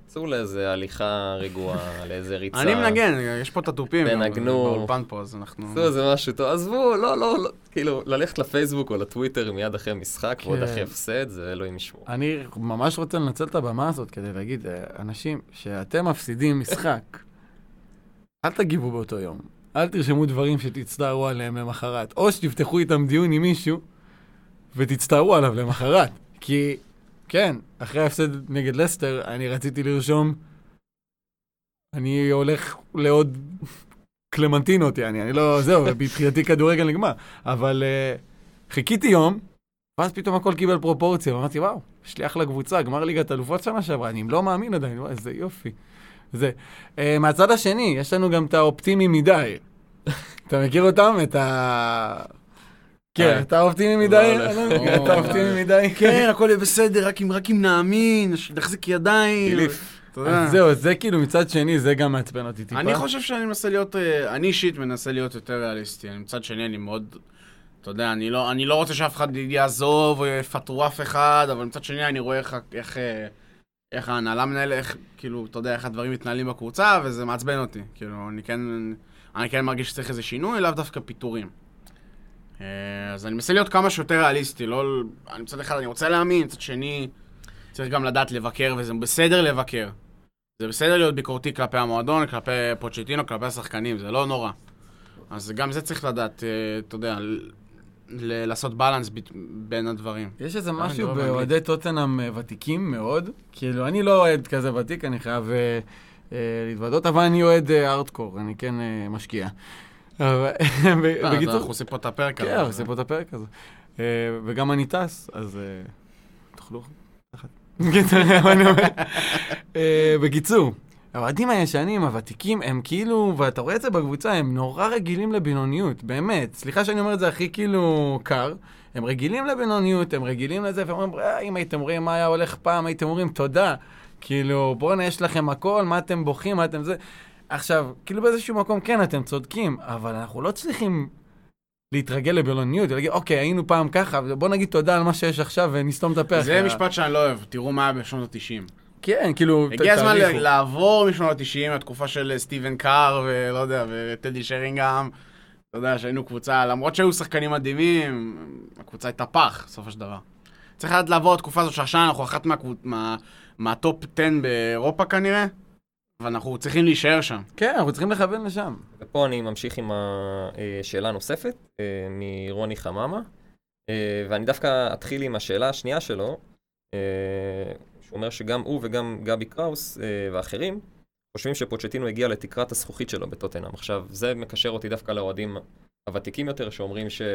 צאו לאיזה הליכה רגועה, לאיזה ריצה. אני מנגן, יש פה את התופים. תנגנו. באולפן פה, אז אנחנו... עשו איזה משהו טוב, עזבו, לא, לא, לא, כאילו, ללכת לפייסבוק או לטוויטר מיד אחרי משחק, ועוד אחרי הפסד, זה אלוהים ישמור. אני ממש רוצה לנצל את הבמה הזאת כדי להגיד, אנשים, שאתם מפסידים משחק, אל תגיבו באותו יום. אל תרשמו דברים שתצטערו עליהם למחרת, או שתפתחו איתם דיון עם מישהו, ותצטערו עליו למחרת. כי, כן, אחרי ההפסד נגד לסטר, אני רציתי לרשום, אני הולך לעוד קלמנטינות, אני, אני לא, זהו, בבחייתי כדורגל נגמר. אבל uh, חיכיתי יום, ואז פתאום הכל קיבל פרופורציה, ואמרתי, וואו, יש לי אחלה קבוצה, גמר ליגת אלופות שנה שעברה, אני לא מאמין עדיין, וואו, איזה יופי. זה. Uh, מהצד השני, יש לנו גם את האופטימי מדי. אתה מכיר אותם? את ה... כן, אתה אופטימי מדי? אתה אופטימי מדי? כן, הכל יהיה בסדר, רק אם נאמין, נחזיק ידיים. אז זהו, זה כאילו מצד שני, זה גם מעצבן אותי טיפה. אני חושב שאני מנסה להיות, אני אישית מנסה להיות יותר ריאליסטי. מצד שני, אני מאוד, אתה יודע, אני לא רוצה שאף אחד יעזוב או יפטרו אף אחד, אבל מצד שני אני רואה איך, איך ההנהלה מנהל, איך, כאילו, אתה יודע, איך הדברים מתנהלים בקבוצה, וזה מעצבן אותי. כאילו, אני כן, אני כן מרגיש שצריך איזה שינוי, לאו דווקא פיטורים. אז אני מנסה להיות כמה שיותר ריאליסטי, לא, אני מצד אחד אני רוצה להאמין, מצד שני צריך גם לדעת לבקר, וזה בסדר לבקר. זה בסדר להיות ביקורתי כלפי המועדון, כלפי פוצ'טינו, כלפי השחקנים, זה לא נורא. אז גם זה צריך לדעת, אתה יודע, לעשות בלנס בין הדברים. יש איזה משהו באוהדי טוטנהאם ותיקים מאוד, כאילו אני לא אוהד כזה ותיק, אני חייב להתוודות, אבל אני אוהד ארטקור, אני כן משקיע. בקיצור, אנחנו עושים פה את הפרק הזה. כן, אנחנו עושים פה את הפרק הזה. וגם אני טס, אז תאכלו תחת. בקיצור, האוהדים הישנים, הוותיקים, הם כאילו, ואתה רואה את זה בקבוצה, הם נורא רגילים לבינוניות, באמת. סליחה שאני אומר את זה הכי כאילו קר. הם רגילים לבינוניות, הם רגילים לזה, והם אומרים, אם הייתם רואים מה היה הולך פעם, הייתם אומרים תודה. כאילו, בואו יש לכם הכל, מה אתם בוכים, מה אתם זה. עכשיו, כאילו באיזשהו מקום כן, אתם צודקים, אבל אנחנו לא צריכים להתרגל לבינוניות, להגיד, אוקיי, היינו פעם ככה, בוא נגיד תודה על מה שיש עכשיו ונסתום את הפה. זה משפט שאני לא אוהב, תראו מה היה בשנות ה-תשעים. כן, כאילו... הגיע הזמן לעבור משנות ה-תשעים, התקופה של סטיבן קאר ולא יודע, וטדי שרינגהאם, אתה יודע, שהיינו קבוצה, למרות שהיו שחקנים מדהימים, הקבוצה הייתה פח, בסופו של דבר. צריך לדעת לעבור התקופה הזאת שעכשיו אנחנו אחת מהטופ עשר באירופה כנראה, ואנחנו צריכים להישאר שם. כן, אנחנו צריכים לכוון לשם. ופה אני ממשיך עם השאלה הנוספת, מרוני חממה, ואני דווקא אתחיל עם השאלה השנייה שלו, שהוא אומר שגם הוא וגם גבי קראוס ואחרים, חושבים שפוצ'טינו הגיע לתקרת הזכוכית שלו בטוטנהאם. עכשיו, זה מקשר אותי דווקא לאוהדים הוותיקים יותר, שאומרים ש...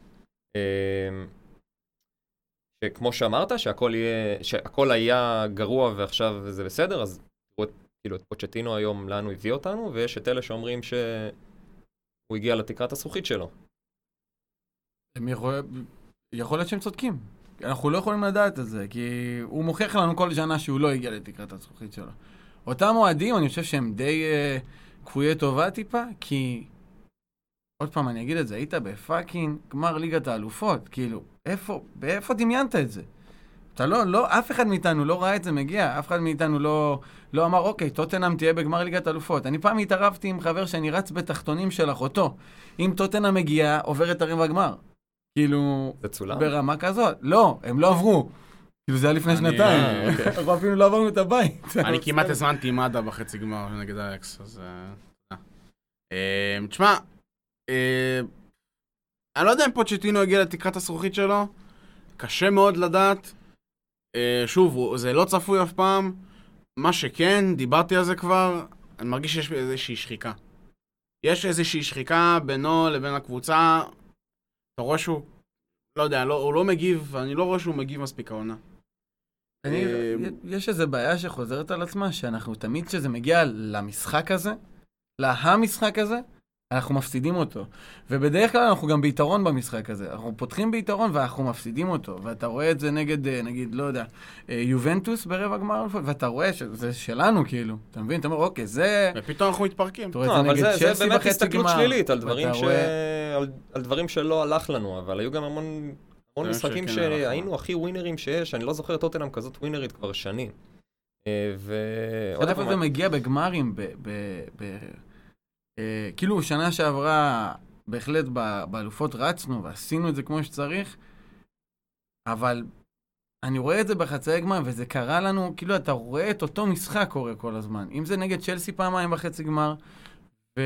שכמו שאמרת, שהכל, יהיה... שהכל היה גרוע ועכשיו זה בסדר, אז כאילו את פוצ'טינו היום לאן הוא הביא אותנו, ויש את אלה שאומרים שהוא הגיע לתקרת הזכוכית שלו. הם יכול... יכול להיות שהם צודקים. אנחנו לא יכולים לדעת את זה, כי הוא מוכיח לנו כל שנה שהוא לא הגיע לתקרת הזכוכית שלו. אותם אוהדים, אני חושב שהם די uh, קפויי טובה טיפה, כי... עוד פעם אני אגיד את זה, היית בפאקינג גמר ליגת האלופות, כאילו, איפה, באיפה דמיינת את זה? אתה לא, לא, אף אחד מאיתנו לא ראה את זה מגיע, אף אחד מאיתנו לא, לא אמר, אוקיי, טוטנהאם תהיה בגמר ליגת האלופות. אני פעם התערבתי עם חבר שאני רץ בתחתונים של אחותו. אם טוטנהאם מגיע, עובר את הרבע גמר. כאילו, ברמה כזאת. לא, הם לא עברו. כאילו זה היה לפני שנתיים. אנחנו אפילו לא עברנו את הבית. אני כמעט הזמנתי מד"א בחצי גמר נגד אייקס, אז... תשמע, אני לא יודע אם פוצ'טינו הגיע לתקרת הזכוכית שלו. קשה מאוד לדעת. שוב, זה לא צפוי אף פעם. מה שכן, דיברתי על זה כבר, אני מרגיש שיש איזושהי שחיקה. יש איזושהי שחיקה בינו לבין הקבוצה. אתה רואה שהוא, לא יודע, לא, הוא לא מגיב, ואני לא רואה שהוא מגיב מספיק העונה. אני, יש איזו בעיה שחוזרת על עצמה, שאנחנו תמיד כשזה מגיע למשחק הזה, להמשחק הזה, אנחנו מפסידים אותו. ובדרך כלל אנחנו גם ביתרון במשחק הזה. אנחנו פותחים ביתרון ואנחנו מפסידים אותו. ואתה רואה את זה נגד, נגיד, לא יודע, יובנטוס ברבע גמר, ואתה רואה שזה שלנו כאילו. אתה מבין? אתה אומר, אוקיי, זה... ופתאום אנחנו מתפרקים. אבל זה באמת הסתכלות שלילית על דברים שלא הלך לנו, אבל היו גם המון משחקים שהיינו הכי ווינרים שיש. אני לא זוכר טוטנהאם כזאת ווינרית כבר שנים. ועוד איפה זה מגיע בגמרים, כאילו שנה שעברה, בהחלט באלופות רצנו ועשינו את זה כמו שצריך, אבל אני רואה את זה בחצי גמר, וזה קרה לנו, כאילו אתה רואה את אותו משחק קורה כל הזמן. אם זה נגד צ'לסי פעמיים בחצי גמר, ו...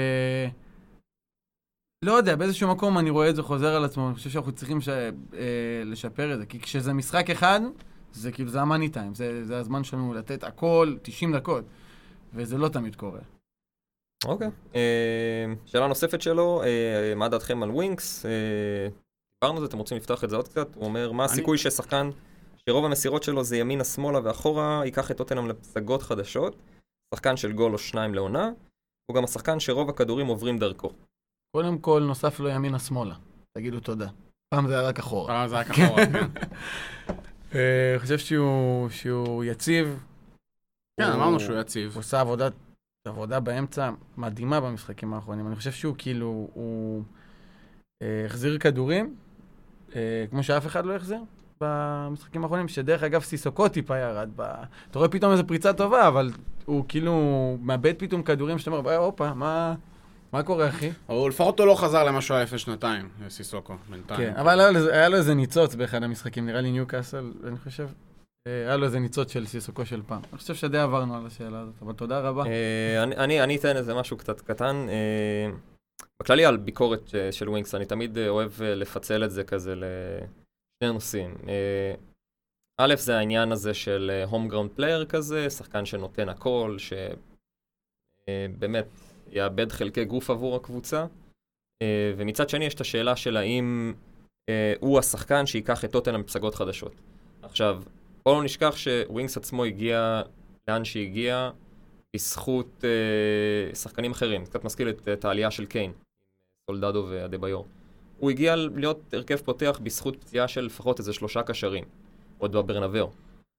לא יודע, באיזשהו מקום אני רואה את זה חוזר על עצמו, אני חושב שאנחנו צריכים ש... לשפר את זה, כי כשזה משחק אחד, זה כאילו, זה המאני טיים, זה, זה הזמן שלנו לתת הכל תשעים דקות, וזה לא תמיד קורה. אוקיי. שאלה נוספת שלו, מה דעתכם על ווינקס? דיברנו על זה, אתם רוצים לפתוח את זה עוד קצת? הוא אומר, מה הסיכוי ששחקן שרוב המסירות שלו זה ימינה שמאלה ואחורה, ייקח את טוטנהאם לפסגות חדשות, שחקן של גול או שניים לעונה, הוא גם השחקן שרוב הכדורים עוברים דרכו. קודם כל נוסף לו ימינה שמאלה, תגידו תודה. פעם זה היה רק אחורה. פעם זה רק אחורה, כן. אני חושב שהוא יציב. כן, אמרנו שהוא יציב. הוא עושה עבודת עבודה באמצע מדהימה במשחקים האחרונים. אני חושב שהוא כאילו, הוא החזיר כדורים, כמו שאף אחד לא החזיר במשחקים האחרונים, שדרך אגב סיסוקו טיפה ירד. אתה רואה פתאום איזו פריצה טובה, אבל הוא כאילו מאבד פתאום כדורים שאתה אומר, אופה, מה... מה קורה, אחי? אבל לפחות הוא לא חזר למה שהוא היה לפני שנתיים, סיסוקו, בינתיים. כן, אבל היה לו איזה ניצוץ באחד המשחקים, נראה לי ניוקאסל, אני חושב. היה לו איזה ניצוץ של סיסוקו של פעם. אני חושב שדי עברנו על השאלה הזאת, אבל תודה רבה. אני אתן איזה משהו קצת קטן. בכללי על ביקורת של ווינקס, אני תמיד אוהב לפצל את זה כזה לשני נושאים. א', זה העניין הזה של הום גראונד פלייר כזה, שחקן שנותן הכל, שבאמת יאבד חלקי גוף עבור הקבוצה. ומצד שני יש את השאלה של האם הוא השחקן שיקח את טוטנהאם לפסגות חדשות. עכשיו, בואו לא נשכח שווינקס עצמו הגיע לאן שהגיע בזכות אה, שחקנים אחרים. קצת מזכיר את, את העלייה של קיין, סולדדו ואדבאיור. הוא הגיע להיות הרכב פותח בזכות פציעה של לפחות איזה שלושה קשרים, עוד בברנבאו.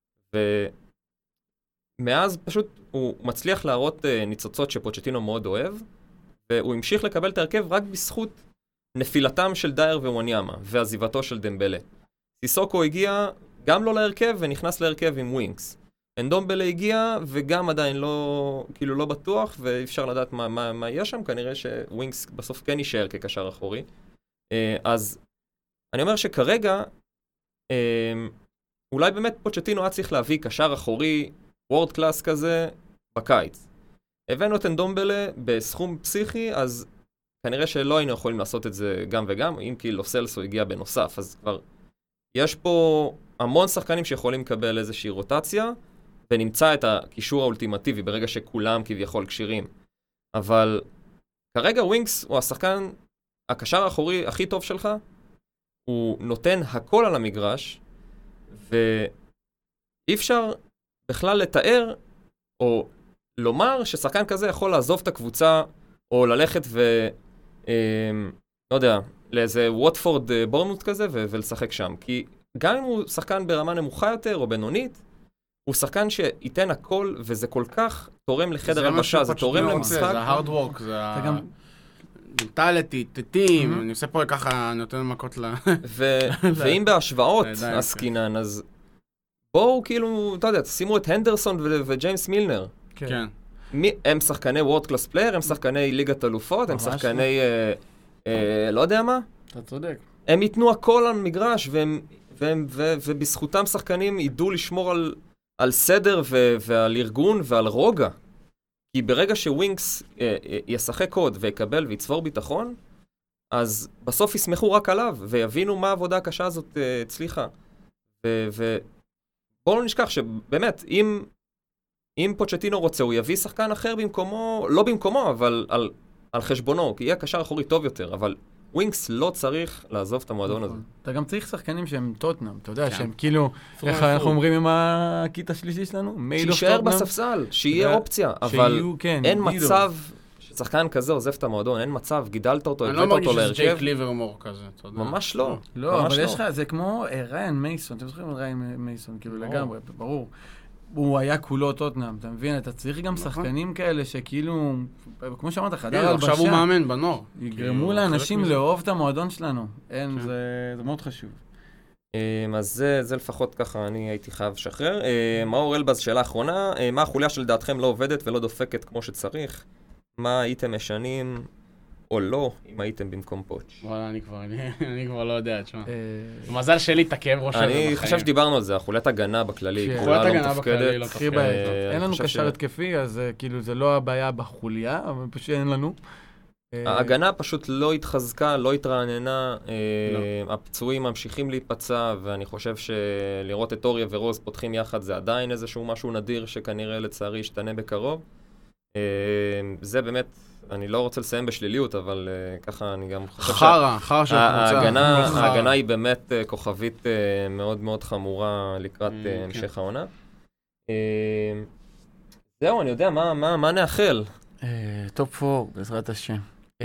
ומאז פשוט הוא מצליח להראות אה, ניצוצות שפוצ'טינו מאוד אוהב, והוא המשיך לקבל את ההרכב רק בזכות נפילתם של דייר ווואניאמה ועזיבתו של דמבלה. סיסוקו הגיע גם לא להרכב ונכנס להרכב עם ווינקס. אנדומבלה הגיע וגם עדיין לא, כאילו לא בטוח, ואפשר לדעת מה, מה, מה יהיה שם. כנראה שווינקס בסוף כן יישאר כקשר אחורי. אז אני אומר שכרגע אולי באמת פוצ'טינו היה צריך להביא קשר אחורי וורד קלאס כזה בקיץ. הבאנו את אנדומבלה בסכום פסיכי, אז כנראה שלא היינו יכולים לעשות את זה גם וגם, אם כי לוסלסו הגיע בנוסף, אז כבר יש פה המון שחקנים שיכולים לקבל איזושהי רוטציה, ונמצא את הקישור האולטימטיבי ברגע שכולם כביכול קשירים. אבל כרגע ווינקס הוא השחקן, הקשר האחורי הכי טוב שלך, הוא נותן הכל על המגרש, ואי אפשר בכלל לתאר, או לומר ששחקן כזה יכול לעזוב את הקבוצה, או ללכת ו... אה, לא יודע, לאיזה ווטפורד בורנמוט כזה, ו- ולשחק שם. כי גם אם הוא שחקן ברמה נמוכה יותר, או בינונית, הוא שחקן שייתן הכל, וזה כל כך תורם לחדר הלבשה, זה תורם למשחק. זה ה-hard work, זה ה-mentality, תתים, אני עושה פה ככה, אני נותן מכות ל... ואם בהשוואות עסקינן, אז בואו כאילו, אתה יודע, שימו את הנדרסון וג'יימס מילנר. כן. הם שחקני וורד קלאס פלייר, הם שחקני ליגת אלופות, הם שחקני... לא יודע מה. אתה צודק. הם ייתנו הכל על מגרש, והם, והם, ו, ובזכותם שחקנים ידעו לשמור על, על סדר ו, ועל ארגון ועל רוגע. כי ברגע שווינקס אה, ישחק עוד ויקבל ויצבור ביטחון, אז בסוף יסמכו רק עליו, ויבינו מה העבודה הקשה הזאת אה, הצליחה. ובואו לא נשכח שבאמת, אם, אם פוצ'טינו רוצה, הוא יביא שחקן אחר במקומו, לא במקומו, אבל על, על חשבונו, כי יהיה קשר אחורי טוב יותר, אבל ווינקס לא צריך לעזוב את המועדון הזה. אתה גם צריך שחקנים שהם טוטנאם, אתה יודע, שהם כאילו, איך אנחנו אומרים עם הכית השלישי שלנו? שישאר בספסל, שיהיה אופציה, אבל אין מצב ששחקן כזה עוזב את המועדון, אין מצב, גידלת אותו, הבאת אותו להרכב. אני לא מרגיש שזה ג'ייק ליברמור כזה, אתה יודע. ממש לא. לא, אבל יש לך, זה כמו ריין מייסון, אתם זוכרים על ריין מייסון, כאילו לגמרי, ברור. הוא היה כולו טוטנאם, אתה מבין? אתה צריך גם שחקנים כאלה שכאילו, כמו שאמרת, חדר הלבשה. עכשיו הוא מאמן בנור. יגרמו לאנשים לאהוב את המועדון שלנו. אין, זה מאוד חשוב. אז זה, זה לפחות ככה אני הייתי חייב לשחרר. מאור אלבז, שאלה אחרונה, מה החוליה שלדעתכם לא עובדת ולא דופקת כמו שצריך? מה הייתם משנים או לא, אם הייתם במקום פוץ'? וואלה, אני כבר, אני, אני כבר לא יודע, תשמע. מזל שלי תקב ראש הזה בחיים. אני חושב שדיברנו על זה, החוליית הגנה בכללי, כולה לא מתפקדת. אין לנו קשר התקפי, אז כאילו זה לא הבעיה בחוליה, אבל פשוט אין לנו. ההגנה פשוט לא התחזקה, לא התרעננה, הפצועים ממשיכים להיפצע, ואני חושב שלראות את אוריה ורוז פותחים יחד זה עדיין איזשהו משהו נדיר שכנראה לצערי ישתנה בקרוב. זה באמת, אני לא רוצה לסיים בשליליות, אבל ככה אני גם חושב חרה, חרה של קבוצה. ההגנה היא באמת כוכבית מאוד מאוד חמורה לקראת המשך העונה. זהו, אני יודע, מה נאחל? טופ פור, בעזרת השם.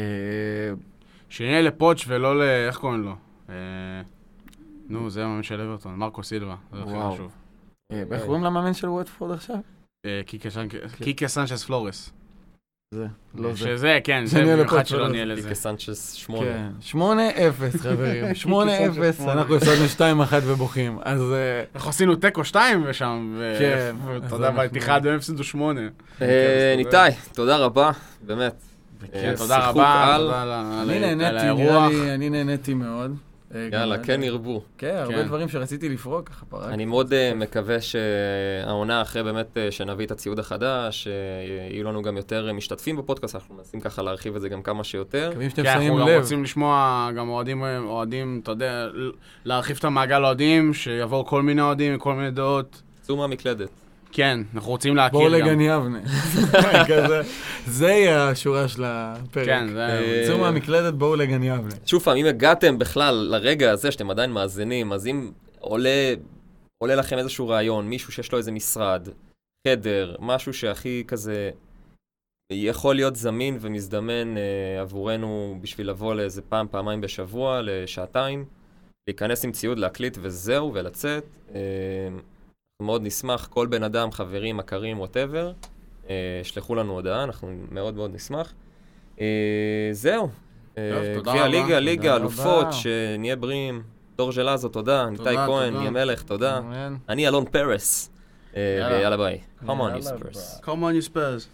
שנהיה לפוץ' ולא ל... איך קוראים לו? נו, זה המאמן של אברטון, מרקו סילבה. זה הכי חשוב. איך קוראים למאמן של ווטפורד עכשיו? קיקה סנצ'ס פלורס. זה, לא זה. שזה, כן, זה במיוחד שלא נהיה לזה. קיקה סנצ'ס שמונה. שמונה אפס, חברים. שמונה אפס, אנחנו עשינו שתיים אחת ובוכים. אז... אנחנו עשינו טקו שתיים ושם, ואתה יודע, בהתיחד הם הפסידו שמונה. ניתאי, תודה רבה, באמת. תודה רבה על האירוח. אני נהניתי מאוד. יאללה, כן ירבו. כן, הרבה דברים שרציתי לפרוק, ככה פרק. אני מאוד מקווה שהעונה אחרי באמת שנביא את הציוד החדש, שיהיו לנו גם יותר משתתפים בפודקאסט, אנחנו מנסים ככה להרחיב את זה גם כמה שיותר. מקווים שאתם שמים לב. אנחנו רוצים לשמוע גם אוהדים, אוהדים, אתה יודע, להרחיב את המעגל אוהדים, שיבואו כל מיני אוהדים, כל מיני דעות. צאו מהמקלדת. כן, אנחנו רוצים להכיר גם. בואו לגן יבנה. זה יהיה השורה של הפרק. כן, זה... צאו מהמקלדת, בואו לגן יבנה. שוב פעם, אם הגעתם בכלל לרגע הזה שאתם עדיין מאזינים, אז אם עולה, עולה לכם איזשהו רעיון, מישהו שיש לו איזה משרד, חדר, משהו שהכי כזה יכול להיות זמין ומזדמן אה, עבורנו בשביל לבוא לאיזה פעם, פעמיים בשבוע, לשעתיים, להיכנס עם ציוד, להקליט וזהו, ולצאת. אה, מאוד נשמח, כל בן אדם, חברים, מכרים, whatever, שלחו לנו הודעה, אנחנו מאוד מאוד נשמח. זהו. גביע ליגה, ליגה, אלופות, שנהיה בריאים. דור ז'לאזו, תודה. ניתאי כהן, נהיה מלך, תודה. אני אלון פרס. יאללה ביי. Come on, you Spurs. Come on, you Spurs.